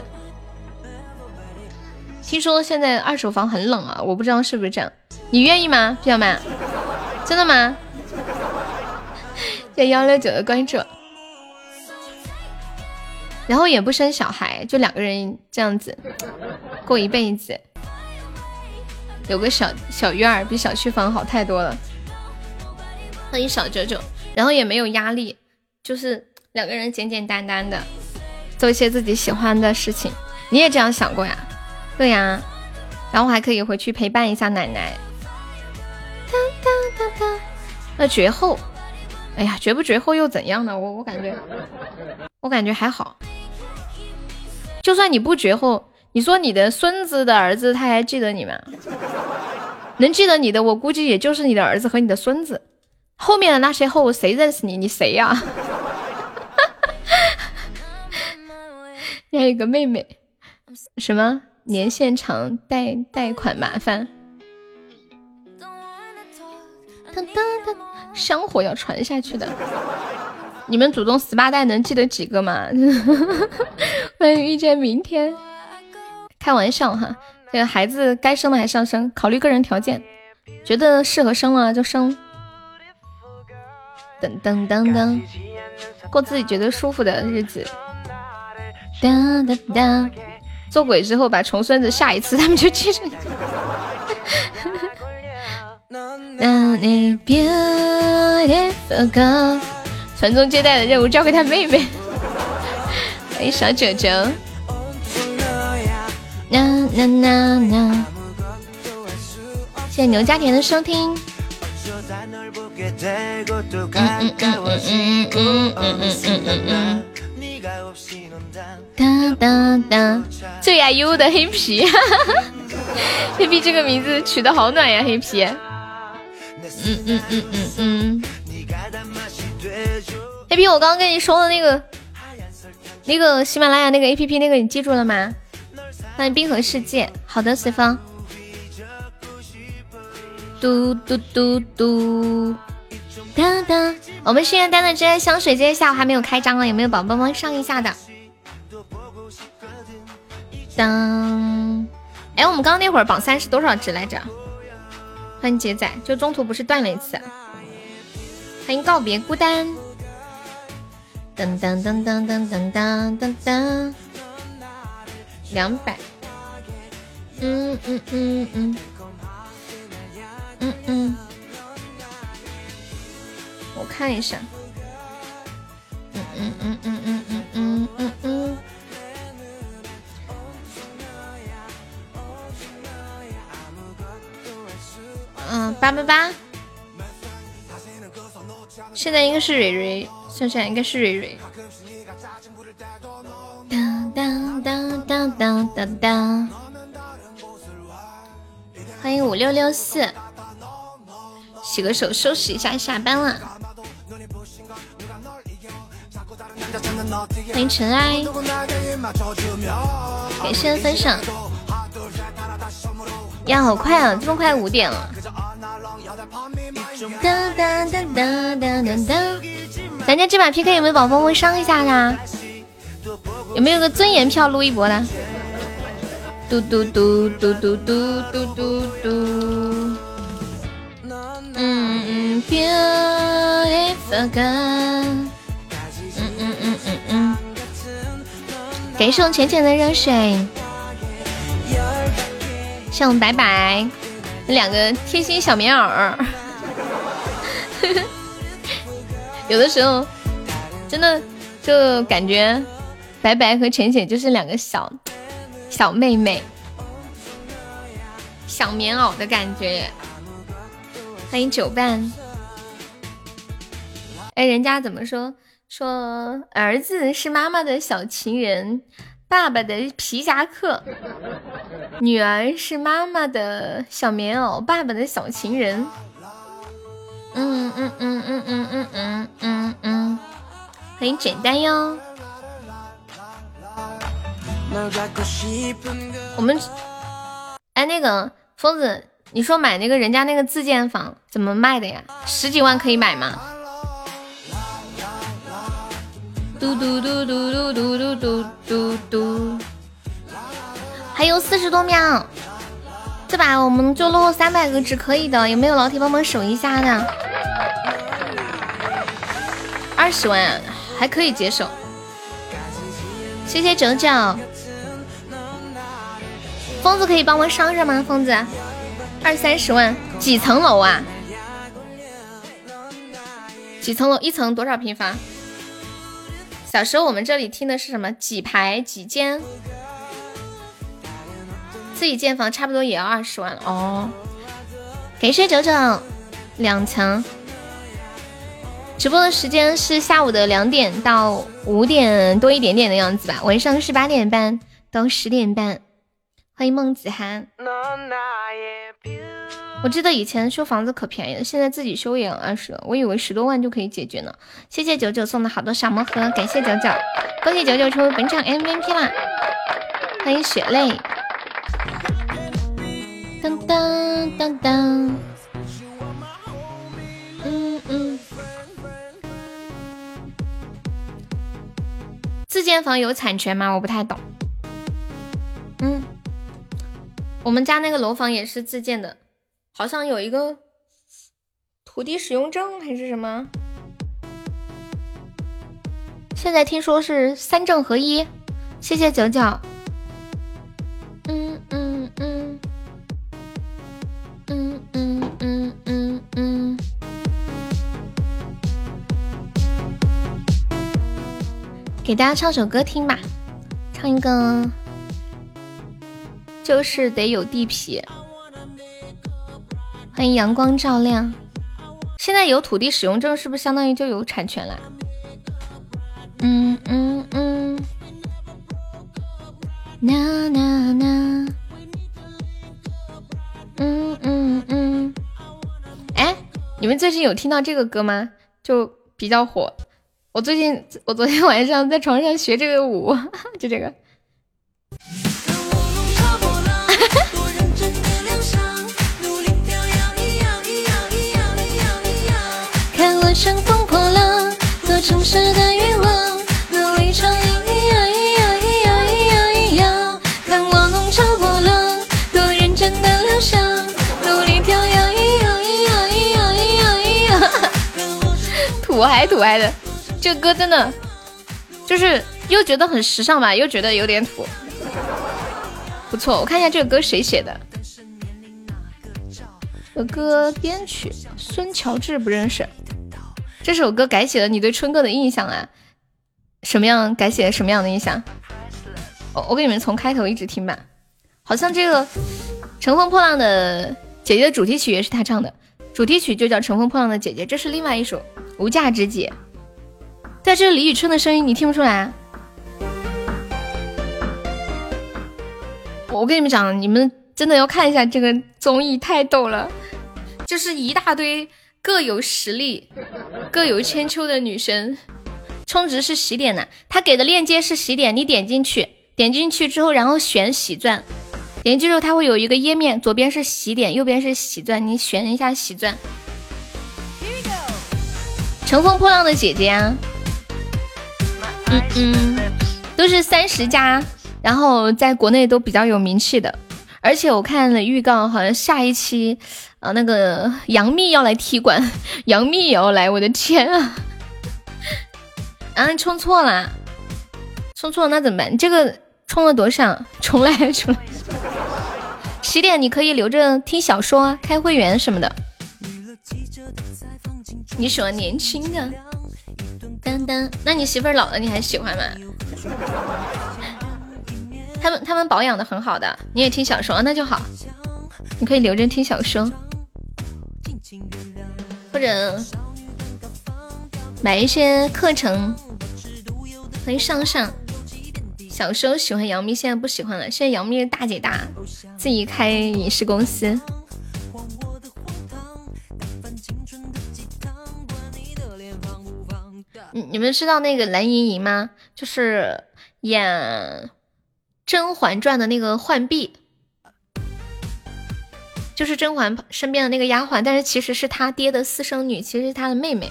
听说现在二手房很冷啊，我不知道是不是这样。你愿意吗，皮小曼？真的吗？ 谢谢幺六九的关注。然后也不生小孩，就两个人这样子过一辈子，有个小小院儿比小区房好太多了。欢迎小九九，然后也没有压力，就是两个人简简单单的做一些自己喜欢的事情。你也这样想过呀？对呀，然后还可以回去陪伴一下奶奶。那绝后，哎呀，绝不绝后又怎样呢？我我感觉，我感觉还好。就算你不绝后，你说你的孙子的儿子他还记得你吗？能记得你的，我估计也就是你的儿子和你的孙子。后面的那些后，谁认识你？你谁呀、啊？你还有个妹妹，什么年限长，贷贷款麻烦。香火要传下去的，你们祖宗十八代能记得几个吗？欢迎遇见明天。开玩笑哈，这个孩子该生的还是要生，考虑个人条件，觉得适合生了就生。噔噔噔噔，过自己觉得舒服的日子。哒哒哒，做鬼之后把重孙子下一次他们就记着你。让你 beautiful girl， 传宗接代的任务交给他妹妹。欢迎小九九。啦啦啦啦，谢谢牛家田的收听。嗯嗯嗯嗯嗯嗯嗯嗯嗯嗯。哒哒哒，最爱优的黑皮，黑皮这个名字取得好暖呀，黑皮。嗯嗯嗯嗯嗯。黑皮，我刚刚跟你说的那个那个喜马拉雅那个 A P P 那个你记住了吗？欢迎冰河世界。好的，随风。嘟嘟嘟嘟。哒哒，我们心愿单的真爱香水今天下午还没有开张了，有没有宝宝帮忙上一下的？当，哎，我们刚刚那会儿榜三是多少值来着？欢迎杰仔，就中途不是断了一次。欢迎告别孤单。噔噔噔噔噔噔噔噔噔，两百。嗯嗯嗯嗯嗯嗯。我看一下，嗯嗯嗯嗯嗯嗯嗯嗯嗯，嗯，八八八，现在应该是蕊蕊，剩下应该是蕊蕊。当当当当当当当，欢迎五六六四，洗个手收拾一下，下班了。欢迎尘埃，感谢分享。呀，好快啊，这么快五点了。哒哒哒哒哒哒哒，咱家这把 P K 有没有宝宝们上一下的？有没有个尊严票撸一波的？嘟嘟嘟嘟嘟嘟嘟嘟嘟。嗯嗯 ，beautiful girl。嗯嗯嗯嗯嗯。感谢我浅浅的热水。谢我白白，两个贴心小棉袄。有的时候真的就感觉白白和浅浅就是两个小小妹妹，小棉袄的感觉。欢迎九伴。哎，人家怎么说？说儿子是妈妈的小情人，爸爸的皮夹克；女儿是妈妈的小棉袄，爸爸的小情人。嗯嗯嗯嗯嗯嗯嗯嗯嗯，欢迎简单哟。我们哎，那个疯子，你说买那个人家那个自建房怎么卖的呀？十几万可以买吗？嘟嘟嘟嘟嘟嘟嘟嘟嘟嘟，还有四十多秒，这把我们就落三百个值可以的，有没有老铁帮忙守一下的？ 二十万还可以接受。谢谢九九，疯子可以帮我上上吗？疯子，二三十万，几层楼啊？几层楼？一层多少平方？小时候我们这里听的是什么？几排几间？自己建房差不多也要二十万了哦。感谢九九，两层。直播的时间是下午的两点到五点多一点点的样子吧，晚上是八点半到十点半。欢迎孟子涵。我记得以前修房子可便宜了，现在自己修也要二十了，我以为十多万就可以解决呢。谢谢九九送的好多小魔盒，感谢九九，恭喜九九出本场 M V P 啦！欢迎血泪。当当当当，嗯嗯。自建房有产权吗？我不太懂。嗯，我们家那个楼房也是自建的，好像有一个土地使用证还是什么。现在听说是三证合一，谢谢九九。嗯嗯嗯嗯嗯嗯嗯嗯。给大家唱首歌听吧，唱一个就是得有地皮。欢迎阳光照亮。现在有土地使用证是不是相当于就有产权了？嗯嗯嗯，那那那，嗯嗯嗯。哎，你们最近有听到这个歌吗？就比较火。我最近我昨天晚上在床上学这个舞，就这个。看我乘风破浪，做城市的欲望，努力闯一呀一呀一呀一呀一呀。看我弄潮波浪，多认真的疗伤，努力飘呀一呀一呀一呀一呀一呀。土嗨土嗨的。这个歌真的就是又觉得很时尚吧，又觉得有点土，不错。我看一下这个歌谁写的，这歌编曲孙乔治不认识。这首歌改写了你对春哥的印象啊？什么样改写什么样的印象？我我给你们从开头一直听吧。好像这个《乘风破浪的姐姐》的主题曲也是他唱的，主题曲就叫《乘风破浪的姐姐》，这是另外一首《无价之姐》。在这李宇春的声音你听不出来？我跟你们讲，你们真的要看一下这个综艺，太逗了，就是一大堆各有实力各有千秋的女生。充值是洗点的，他给的链接是洗点，你点进去，点进去之后然后选洗钻，点进去之后它会有一个页面，左边是洗点，右边是洗钻，你选一下洗钻。乘风破浪的姐姐啊，嗯嗯，都是三十加，然后在国内都比较有名气的。而且我看了预告，好像下一期啊，那个杨幂要来踢馆，杨幂也要来，我的天啊！啊，充错了，充错了那怎么办？这个充了多少？重来重来。十点你可以留着听小说、开会员什么的。你喜欢年轻的？当当，那你媳妇儿老了你还喜欢吗？他们他们保养的很好的，你也听小说，那就好，你可以留着听小说，或者买一些课程可以上上。小时候喜欢杨幂，现在不喜欢了，现在杨幂是大姐大，自己开影视公司。你你们知道那个蓝盈莹吗？就是演《甄嬛传》的那个浣碧，就是甄嬛身边的那个丫鬟，但是其实是她爹的私生女，其实是她的妹妹。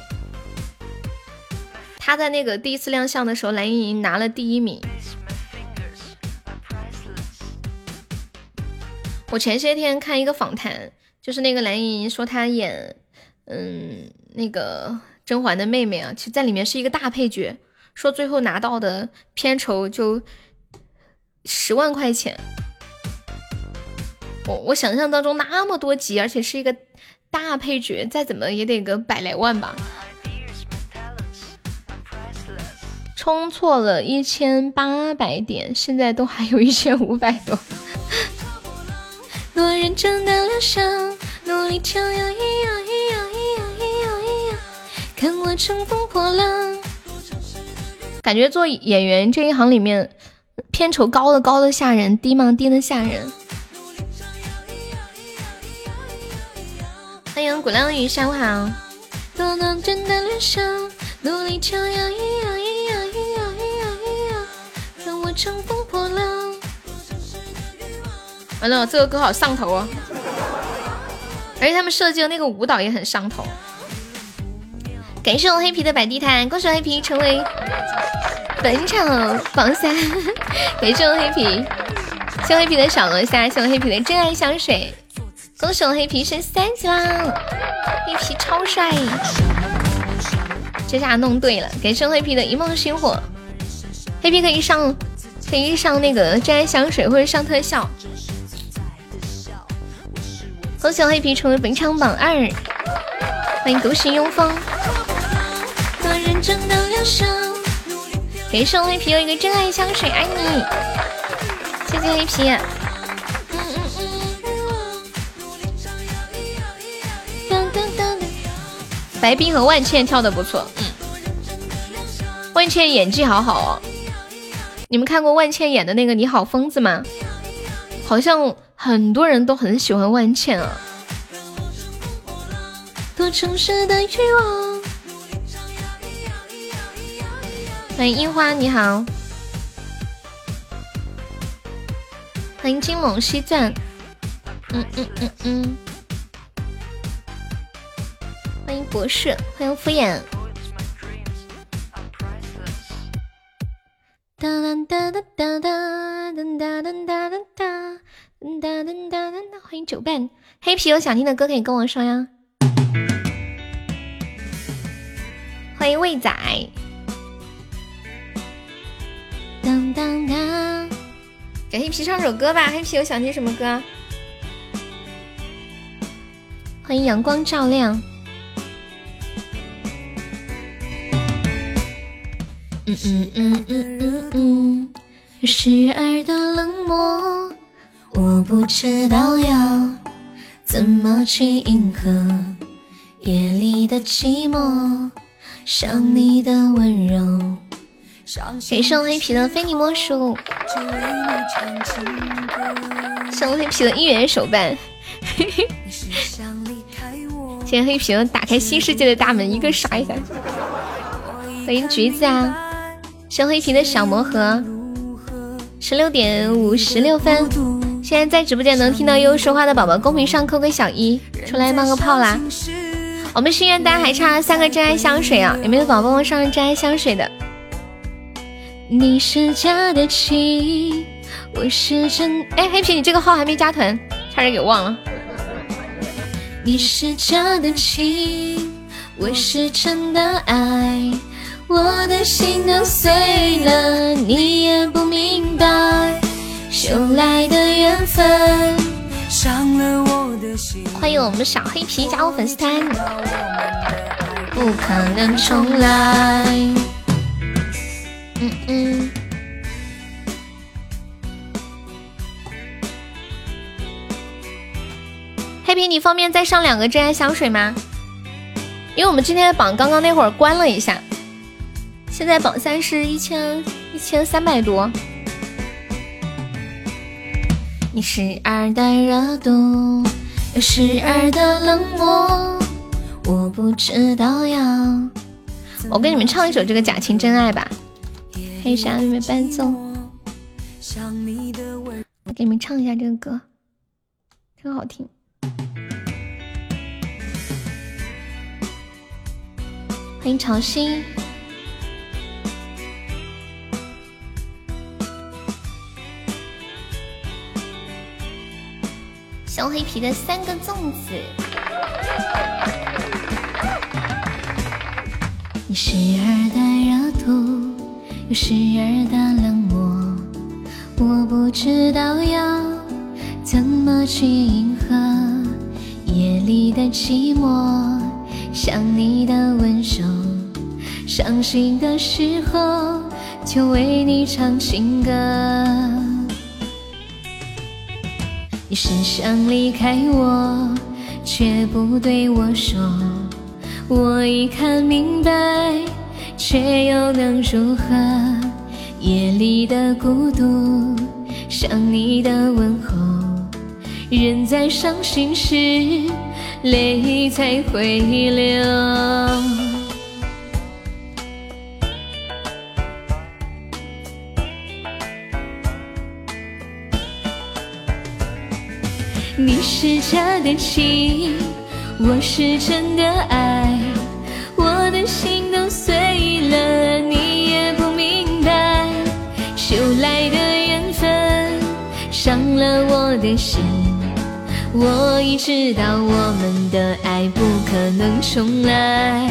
她在那个第一次亮相的时候，蓝盈莹拿了第一名。我前些天看一个访谈，就是那个蓝盈莹说她演，嗯，那个甄嬛的妹妹啊，其实在里面是一个大配角，说最后拿到的片酬就十万块钱。我我想象当中那么多集，而且是一个大配角，再怎么也得个百来万吧。冲错了一千八百点，现在都还有一千五百多。我认真的留声，努力跳跃，咿呀咿呀咿呀咿呀咿呀，看我乘风破浪。感觉做演员这一行里面，片酬高的高的吓人，低嘛低的吓人。欢迎鼓浪屿，下午好。多认真的留声，努力跳跃，咿呀咿呀咿呀咿呀咿呀，看我乘风破浪。完了，这个歌好上头啊！而且他们设计的那个舞蹈也很上头。感谢我黑皮的摆地摊，恭喜我黑皮成为本场榜三。感谢我黑皮，谢我黑皮的小龙虾，谢我黑皮的真爱香水。恭喜我黑皮升三级啦！黑皮超帅，这下弄对了。感谢我黑皮的一梦星火，黑皮可以上，可以上那个真爱香水或者上特效。恭喜我黑皮成为本场榜二，欢迎独行拥风。我认真的留声，感谢我黑皮有一个真爱香水，爱你，谢谢黑皮。白冰和万茜跳的不错，嗯，万茜演技好好哦。你们看过万茜演的那个《你好，疯子》吗？好像很多人都很喜欢万茜啊。多城市的欲望。欢迎樱花，你好。欢迎金猛西钻。嗯嗯嗯嗯。欢迎博士，欢迎敷衍。哒哒哒哒哒哒哒哒哒哒哒哒哒哒。欢迎九伴，黑皮有想听的歌可以跟我说呀。欢迎魏仔。当当当，给黑皮唱首歌吧。黑皮有想听什么歌？欢迎阳光照亮。嗯嗯嗯嗯嗯嗯，时而的冷漠，我不知道要怎么去迎合夜里的寂寞，想你的温柔。给送黑皮的非你莫属，送黑皮的一元手办。谢谢黑皮打开新世界的大门，一个刷一下。欢迎橘子啊！送黑皮的小魔盒，十六点五十六分。现在在直播间能听到悠悠说话的宝宝，公屏上扣个小一，出来冒个泡啦！我们心愿单还差三个真爱香水啊，有没有宝宝帮我上真爱香水的？你是假的情，我是真……哎，黑皮，你这个号还没加团，差点给忘了。你是假的情，我是真的爱。我的心都碎了，你也不明白，修来的缘分伤了我的心。欢迎我们小黑皮加入粉丝团，不可能重来。嗯嗯。黑皮，你方便再上两个真爱香水吗？因为我们今天的榜刚刚那会儿关了一下。现在榜三是一千一千三百多。你时而的热度，又时而的冷漠，我不知道要。我给你们唱一首这个假情真爱吧，黑沙妹妹伴奏。我给你们唱一下这个歌，真好听。欢迎潮汐。小黑皮的三个粽子， 你时而的热度，有时而的冷漠，我不知道要怎么去迎合夜里的寂寞，想你的温柔，伤心的时候就为你唱情歌。你是想离开我，却不对我说，我已看明白，却又能如何？夜里的孤独，想你的问候，人在伤心时，泪才会流。你是假的情，我是真的爱，我的心都碎了，你也不明白，修来的缘分伤了我的心，我已知道我们的爱不可能重来。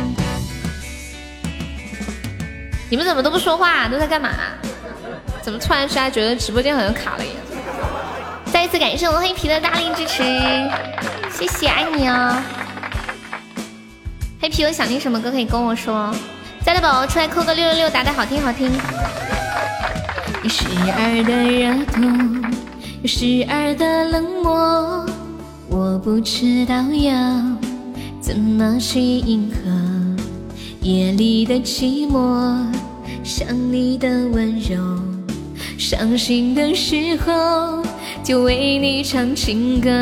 你们怎么都不说话，都在干嘛？怎么突然间觉得直播间好像卡了一样？再一次感谢我黑皮的大力支持，谢谢，爱你哦。黑皮有想听什么歌可以跟我说，在的宝宝出来扣个六六六，打的好听好听。你时而的热度，有时而的冷漠，我不知道要怎么去迎合夜里的寂寞，想你的温柔，伤心的时候就为你唱情歌。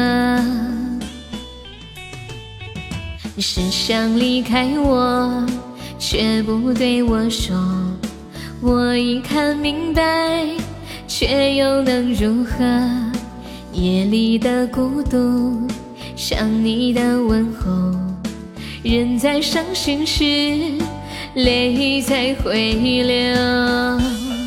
你是想离开我，却不对我说，我已看明白，却又能如何？夜里的孤独，想你的问候，人在伤心时，泪才会流。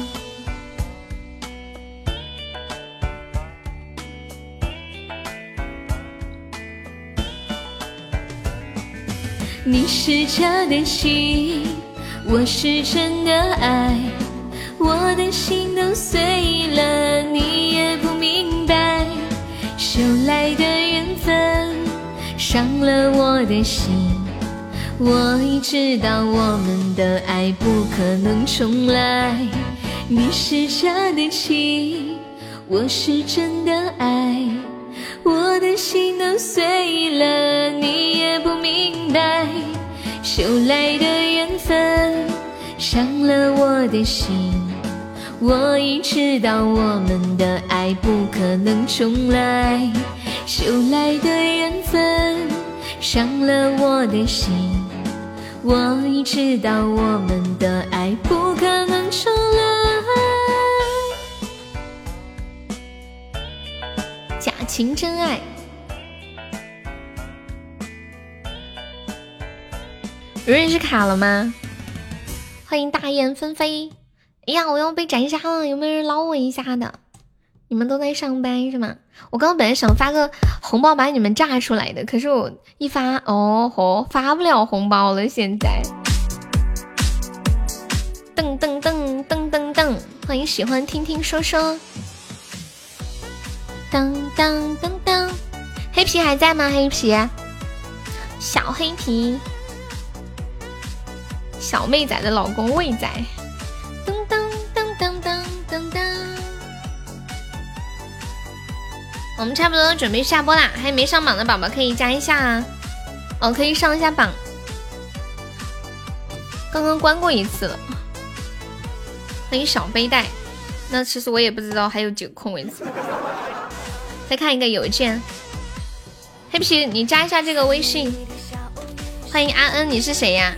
你是假的情，我是真的爱，我的心都碎了，你也不明白，修来的缘分伤了我的心，我已知道我们的爱不可能重来。你是假的情，我是真的爱，我的心都碎了，你也不明白，修来的缘分伤了我的心，我已知道我们的爱不可能重来。修来的缘分伤了我的心，我已知道我们的爱不可能重来。假情真爱，有人是卡了吗？欢迎大雁纷飞。哎呀，我要被斩杀了，有没有人捞我一下的？你们都在上班是吗？我刚刚本来想发个红包把你们炸出来的，可是我一发，哦吼，发不了红包了。现在噔噔噔噔噔噔，欢迎喜欢听听说说。当当当当，黑皮还在吗？黑皮，小黑皮，小妹仔的老公魏仔。噔噔噔噔噔噔噔，我们差不多准备下播啦，还没上榜的宝宝可以加一下啊。哦，可以上一下榜，刚刚关过一次了。欢迎小背带，那其实我也不知道还有几个空位置。再看一个邮件，黑皮，你加一下这个微信。欢迎阿恩，你是谁呀？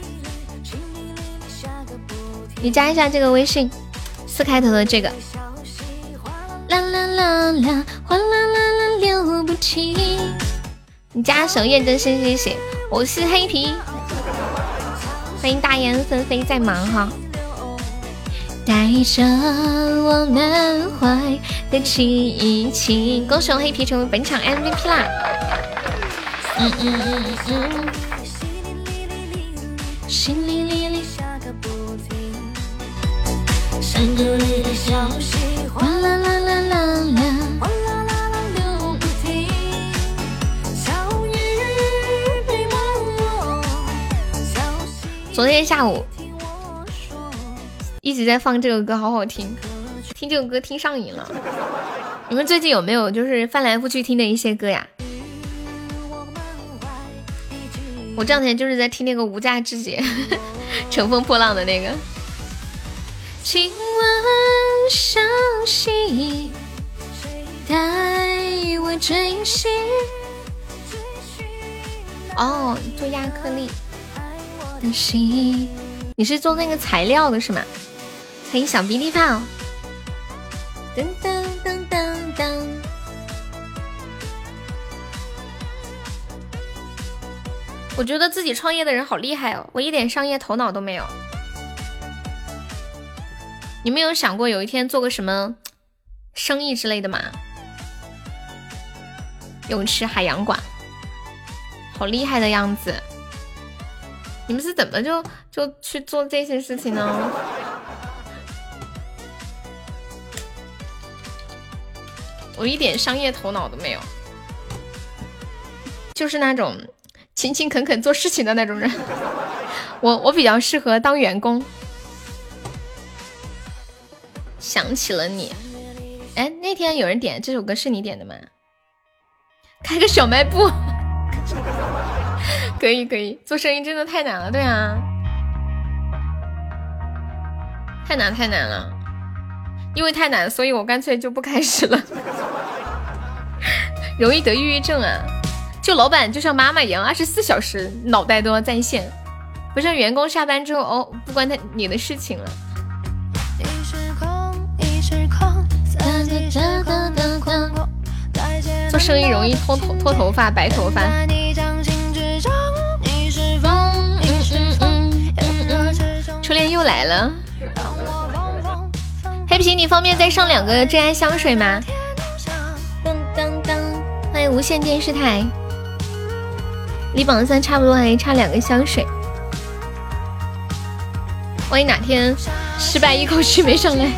你加一下这个微信，四开头的这个。啦啦啦啦，哗啦啦啦，了不起。你加首页真心谢谢，我是黑皮。欢迎大雁纷飞，在忙哈。带着我满怀的激情，恭喜我黑皮成为本场 M V P 啦！嗯嗯嗯嗯，淅沥沥沥山谷里的小溪，哗啦啦啦啦啦，哗啦啦啦流不停。小雨陪伴我。昨天下午一直在放这个歌，好好听，听这个歌听上瘾了。你们最近有没有就是翻来覆去听的一些歌呀？我这两天就是在听那个无价之姐乘风破浪的那个。今晚相信带我追寻。哦，做亚克力的心，你是做那个材料的是吗？欢迎小鼻涕泡。噔噔噔噔噔。我觉得自己创业的人好厉害哦，我一点商业头脑都没有。你们有想过有一天做个什么生意之类的吗？泳池海洋馆，好厉害的样子。你们是怎么就就去做这些事情呢？我一点商业头脑都没有，就是那种勤勤恳恳做事情的那种人。我我比较适合当员工。想起了你，哎，那天有人点这首歌是你点的吗？开个小卖部。可以可以，做生意真的太难了。对啊，太难太难了，因为太难，所以我干脆就不开始了。容易得抑郁症啊，就老板就像妈妈一样，二十四小时脑袋都要在线，不像员工下班之后哦，不关他你的事情了。做生意容易脱头脱头发白头发。初恋又来了。黑皮，你方便再上两个真爱香水吗？噔噔噔，欢迎无线电视台。离榜三差不多还差两个香水，万一哪天失败一口气没上来。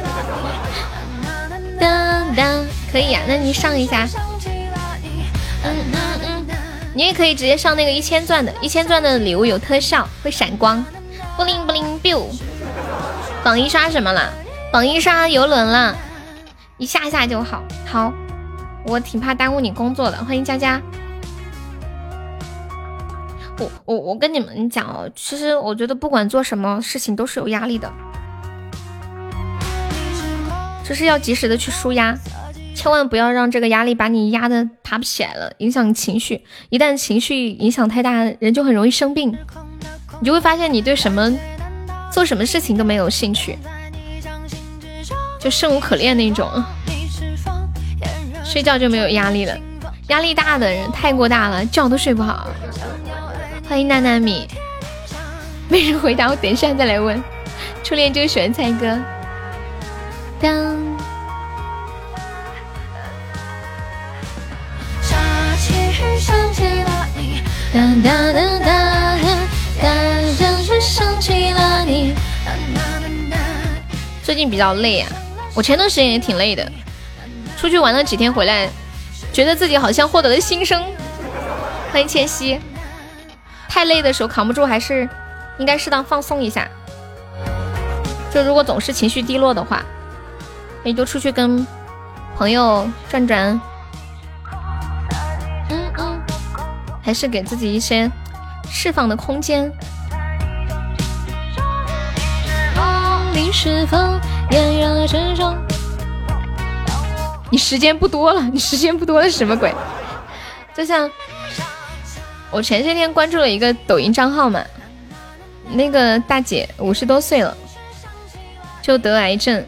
当当，可以啊，那你上一下。嗯嗯嗯，你也可以直接上那个一千钻的，一千钻的礼物有特效，会闪光，不灵不灵 biu。榜一刷什么了？榜一刷游轮了，一下下就好。好，我挺怕耽误你工作的。欢迎佳佳。我我我跟你们讲哦，其实我觉得不管做什么事情都是有压力的，就是要及时的去舒压，千万不要让这个压力把你压得爬不起来了，影响情绪。一旦情绪影响太大，人就很容易生病。你就会发现你对什么做什么事情都没有兴趣，就生无可恋那种。睡觉就没有压力了，压力大的人太过大了，觉都睡不好。欢迎娜娜米，没人回答，我等一下再来问。初恋就喜欢猜歌。当想起了你，当当当当当，像是想起了你。最近比较累啊，我前段时间也挺累的，出去玩了几天回来，觉得自己好像获得了新生。欢迎千玺，太累的时候扛不住，还是应该适当放松一下。就如果总是情绪低落的话，可以多出去跟朋友转转。嗯嗯，还是给自己一些释放的空间。你是否炎热了之中？你时间不多了，你时间不多了，什么鬼？就像我前些天关注了一个抖音账号嘛，那个大姐五十多岁了，就得癌症。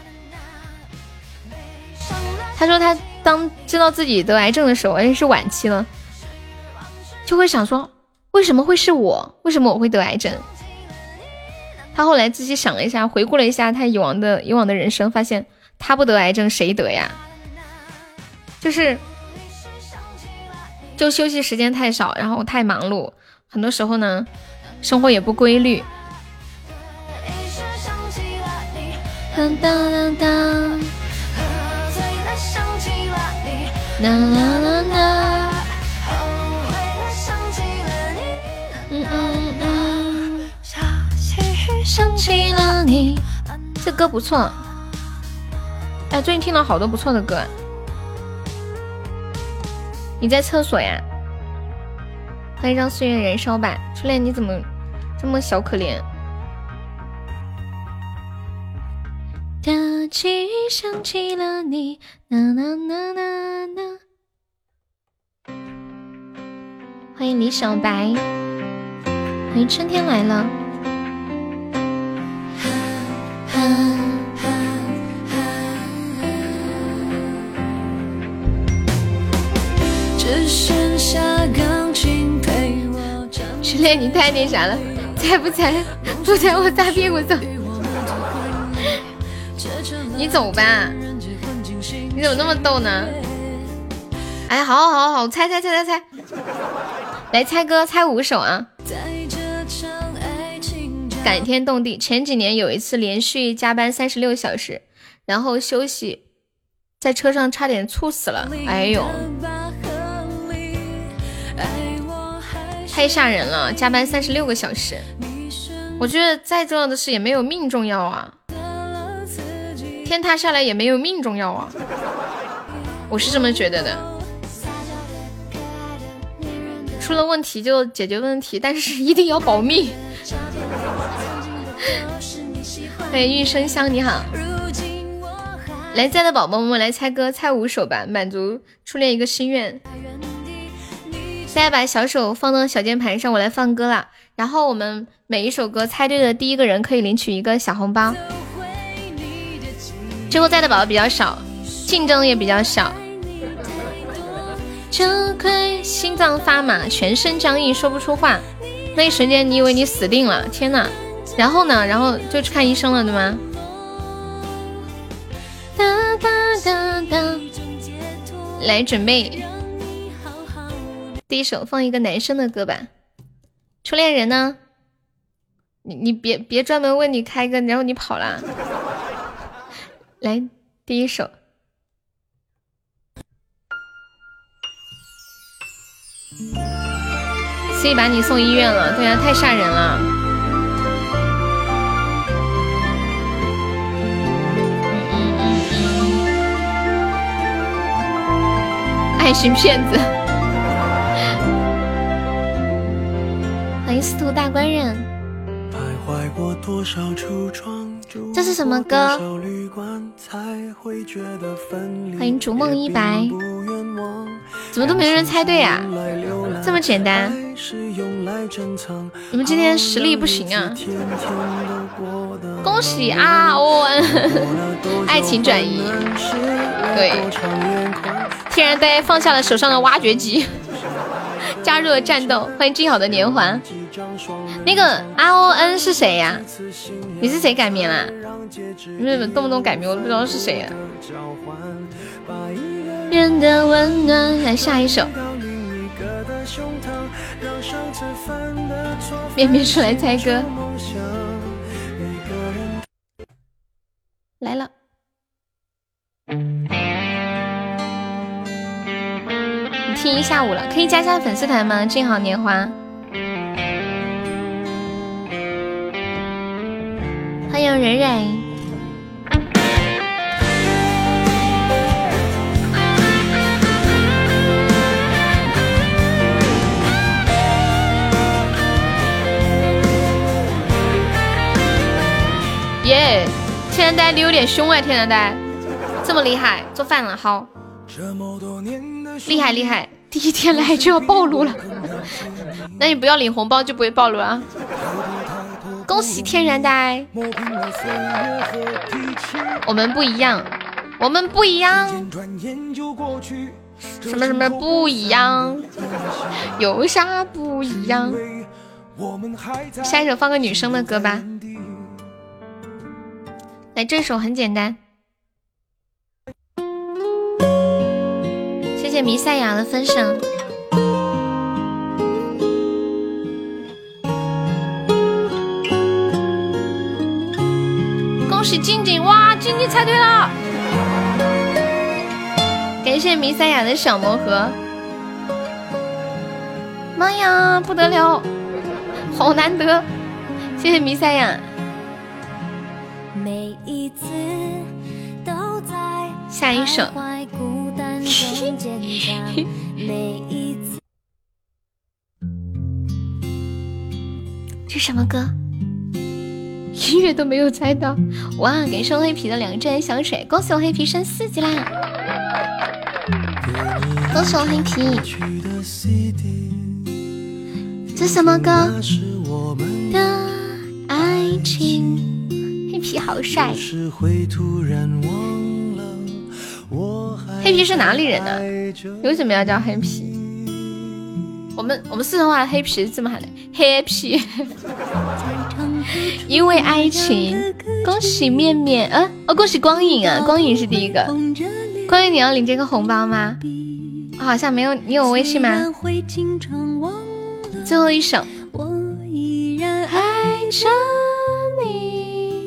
她说她当知道自己得癌症的时候，而且是晚期了，就会想说，为什么会是我？为什么我会得癌症？她后来自己想了一下，回顾了一下她以往的以往的人生，发现她不得癌症谁得呀？就是就休息时间太少，然后太忙碌，很多时候呢生活也不规律。 当当当。啦啦啦啦。嗯嗯嗯。想起了你。这歌不错。哎，最近听了好多不错的歌。你在厕所呀？欢迎让岁月燃烧吧，初恋你怎么这么小可怜？大记忆想起了你，啦啦啦啦啦。欢迎李小白，欢迎春天来了。只剩下钢琴陪我唱。初恋你太那啥了，猜不猜？不猜我擦屁股走。你走吧，你怎么那么逗呢？哎，好好好好，猜猜猜猜猜，来猜歌，猜五首啊！感天动地，前几年有一次连续加班三十六小时，然后休息，在车上差点猝死了。哎呦，太吓人了！加班三十六个小时，我觉得再重要的事也没有命重要啊。天塌下来也没有命重要啊，我是这么觉得的。出了问题就解决问题，但是一定要保密。欢迎玉生香，你好。来在的宝宝们来猜歌，猜五首吧，满足初恋一个心愿。大家把小手放到小键盘上，我来放歌了。然后我们每一首歌猜对的第一个人可以领取一个小红包。最后在的宝宝比较少，竞争也比较小。这亏心脏发麻，全身僵硬，说不出话。那一瞬间你以为你死定了，天哪！然后呢？然后就去看医生了，对吗？哒哒哒哒，来准备。第一首放一个男生的歌吧。初恋人呢？你你别别专门为你开歌，然后你跑了。来，第一首。所以把你送医院了，对啊，太吓人了。嗯嗯嗯嗯。爱情骗子。欢迎司徒大官人。这是什么歌？欢迎逐梦一白。怎么都没人猜对啊？这么简单？你们今天实力不行啊！恭喜啊哦恩，爱情转移。对，天然呆放下了手上的挖掘机，加入了战斗。欢迎最好的年华。那个 R O N 是谁呀、啊？你是谁改名啦？你们怎么动不动改名，我都不知道是谁呀、啊。人的温暖，来下一首。面面出来猜歌，来了。你听一下午了，可以加下粉丝团吗？正好年华。欢迎蕊蕊。耶、yeah, 天然呆，你有点凶哎！天然呆，这么厉害，做饭了，好，厉害厉害！第一天来就要暴露了，那你不要领红包就不会暴露啊！恭喜天然呆，我们不一样，我们不一样，什么什么不一样，有啥不一样？下一首放个女生的歌吧。来，这首很简单。谢谢弥赛亚的分享。恭喜静静，哇， 晶晶猜对了，感谢弥赛亚的小魔盒。妈呀，不得了，好难得！谢谢弥赛亚。每一次都在下一首。这什么歌？音乐都没有猜到。哇！感谢我黑皮的两针香水，恭喜我黑皮升四级啦！恭喜我黑皮。这什么歌？的爱情。黑皮好帅。黑皮是哪里人呢？为什么要叫黑皮？我们我们四川话黑皮是这么喊的，黑皮。因为爱情，恭喜面面，呃，哦，恭喜光影啊，光影是第一个。光影，你要领这个红包吗？我好像没有，你有微信吗？最后一首。我依然爱着你，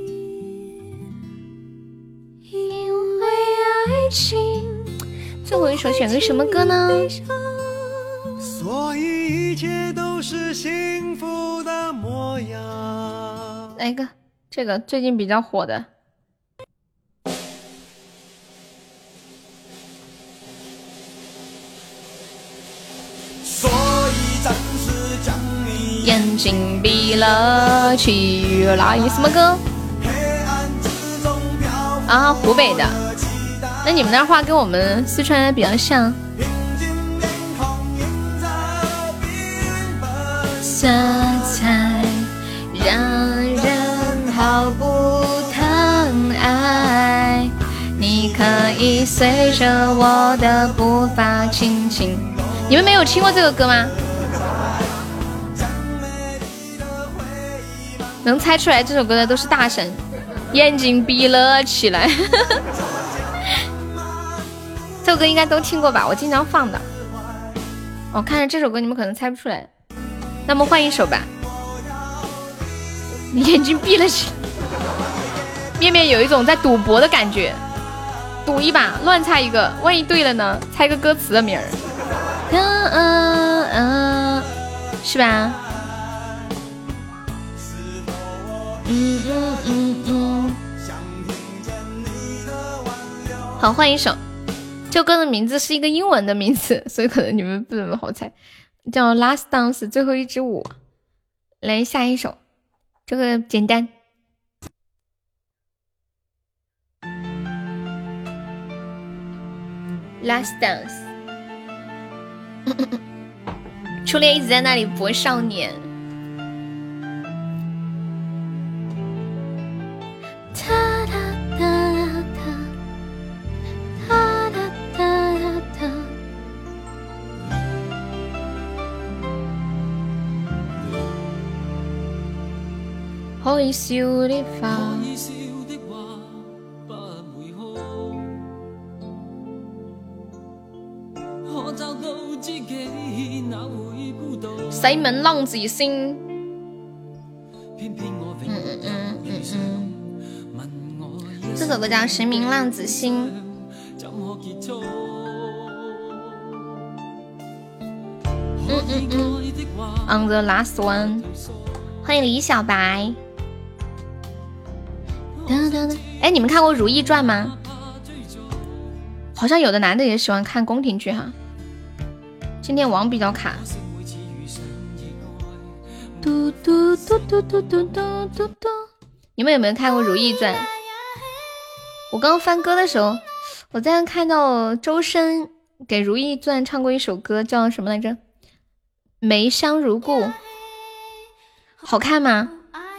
因为爱情。最后一首选个什么歌呢？所以一切都是幸福的模样。来一个，这个最近比较火的。所以暂时将你眼睛闭了起来。什么歌？啊，湖北的。那你们那话跟我们四川比较像。色彩让人毫不疼爱，你可以随着我的步伐轻轻。你们没有听过这个歌吗？能猜出来这首歌的都是大神，眼睛闭了起来。这首歌应该都听过吧，我经常放的。我看着这首歌你们可能猜不出来，那么换一首吧。你眼睛闭了起来，面面有一种在赌博的感觉，赌一把，乱猜一个，万一对了呢？猜个歌词的名儿，嗯嗯嗯，是吧？嗯嗯嗯嗯。好，换一首。这歌的名字是一个英文的名字，所以可能你们不怎么好猜，叫 Last Dance 最后一支舞。来下一首，这个简单。Last Dance。初恋一直在那里搏少年。哒哒哒哒哒哒哒哒。可以笑的話，洗門浪子心。嗯嗯嗯嗯嗯，这首歌叫《神明浪子心》。嗯嗯嗯 ，On the last one， 欢迎李小白。哎，你们看过《如懿传》吗？好像有的男的也喜欢看宫廷剧哈。今天网比较卡。嘟嘟嘟嘟嘟嘟嘟嘟嘟。你们有没有看过《如懿传》？我刚刚翻歌的时候，我在看到周深给《如懿传》唱过一首歌，叫什么来着？梅香如故。好看吗？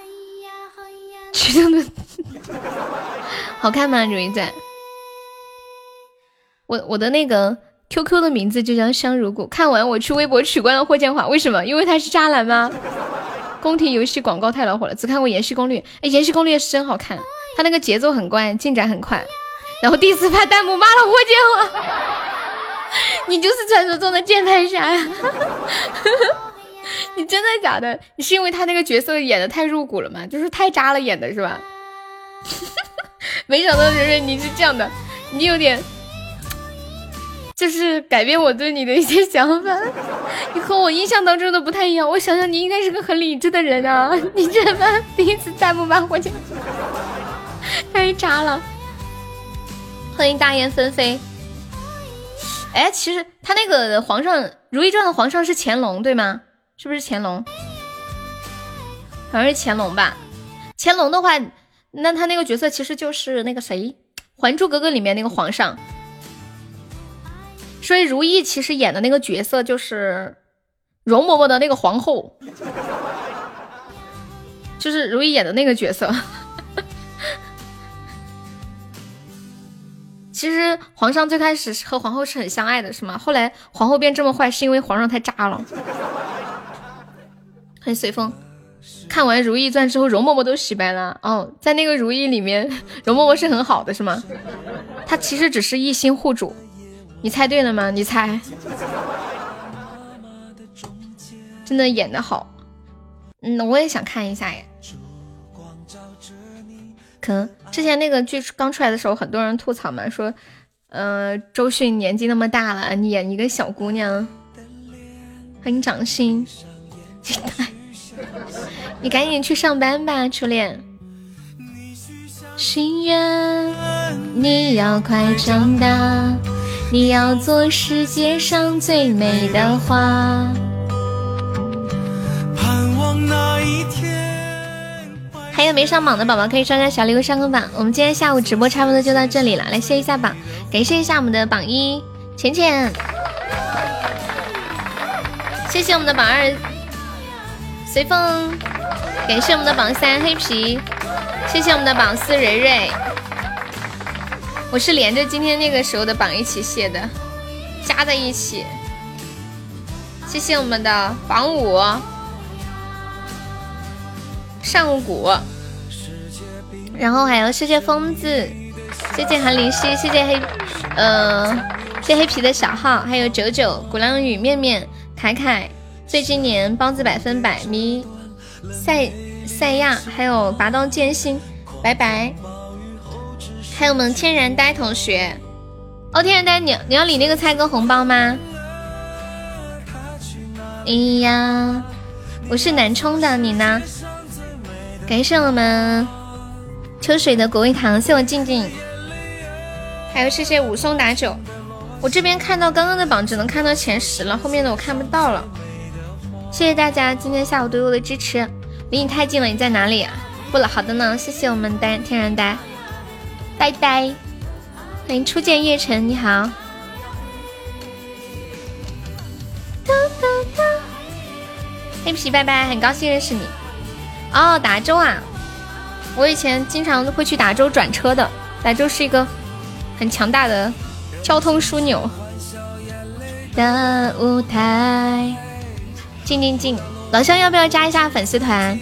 真的好看吗？《如懿传》？我我的那个 Q Q 的名字就叫香如故。看完我去微博取关了霍建华，为什么？因为他是渣男吗？宫廷游戏广告太老火了，只看过《延禧攻略》。哎，《延禧攻略》是真好看，他那个节奏很快，进展很快。然后第四排弹幕骂了霍建华，你就是传说中的键盘侠呀！你真的假的？你是因为他那个角色演的太入骨了吗？就是太渣了演的是吧？ 没想到蕊蕊你是这样的，你有点就是改变我对你的一些想法，你和我印象当中的不太一样。我想想，你应该是个很理智的人啊，你这么第一次弹幕把我就太渣了。欢迎大雁纷飞。哎，其实他那个皇上《如懿传》的皇上是乾隆对吗？是不是乾隆？好像是乾隆吧。乾隆的话，那他那个角色其实就是那个谁，《还珠格格》里面那个皇上。所以如懿其实演的那个角色就是容嬷嬷的那个皇后，就是如懿演的那个角色。其实皇上最开始和皇后是很相爱的，是吗？后来皇后变这么坏，是因为皇上太渣了。欢迎随风。看完《如懿传》之后，容嬷嬷都洗白了。哦，在那个《如懿》里面，容嬷嬷是很好的，是吗？她其实只是一心护主。你猜对了吗？你猜。真的演得好。嗯，我也想看一下耶。可能之前那个剧刚出来的时候，很多人吐槽嘛，说，呃，周迅年纪那么大了，你演一个小姑娘，欢迎掌心。你赶紧去上班吧，初恋。心愿你要快长大，你要做世界上最美的花。盼望那一天。还有没上榜的宝宝可以刷刷小礼物上个榜。我们今天下午直播差不多就到这里了，来谢一下榜，感谢一下我们的榜一浅浅，谢谢我们的榜二随风，感谢我们的榜三黑皮，谢谢我们的榜四蕊蕊。我是连着今天那个时候的榜一起写的，加在一起。谢谢我们的榜五上古，然后还有谢谢疯子，谢谢韩林夕，谢谢黑呃谢谢黑皮的小号，还有九九鼓浪屿面面凯凯醉今年包子百分百迷赛赛亚，还有拔刀剑心拜拜，还有我们天然呆同学。哦，天然呆，你你要领那个猜歌红包吗？哎呀，我是南充的，你呢？感谢我们秋水的果味糖，谢我静静，还有谢谢武松打酒。我这边看到刚刚的榜只能看到前十了，后面的我看不到了。谢谢大家今天下午对我的支持。离你太近了，你在哪里啊？不了，好的呢，谢谢我们呆天然呆，拜拜。欢迎初见夜晨，你好。黑皮拜拜，很高兴认识你。哦，达州啊，我以前经常会去达州转车的，达州是一个很强大的交通枢纽的舞台。静静静，老乡要不要加一下粉丝团？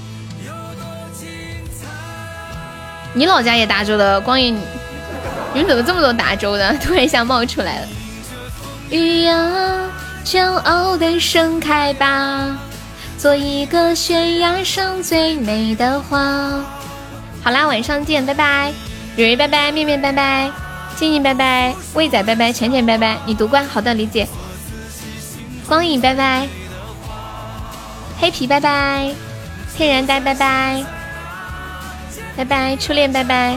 你老家也达州的，光影，你们怎么这么多达州的？突然一下冒出来了。鱼呀，骄傲的盛开吧，做一个悬崖上最美的花。好啦，晚上见，拜拜。蕊蕊拜拜，面面拜拜，静静拜拜，魏仔拜拜，浅浅拜拜。你读惯，好的，理解。光影拜拜，黑皮拜拜，天然呆拜拜，拜拜，初恋拜拜。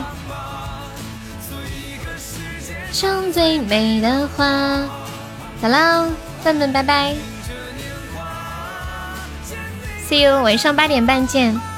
上最美的花，走喽，粉粉拜拜。See you， 晚上八点半见。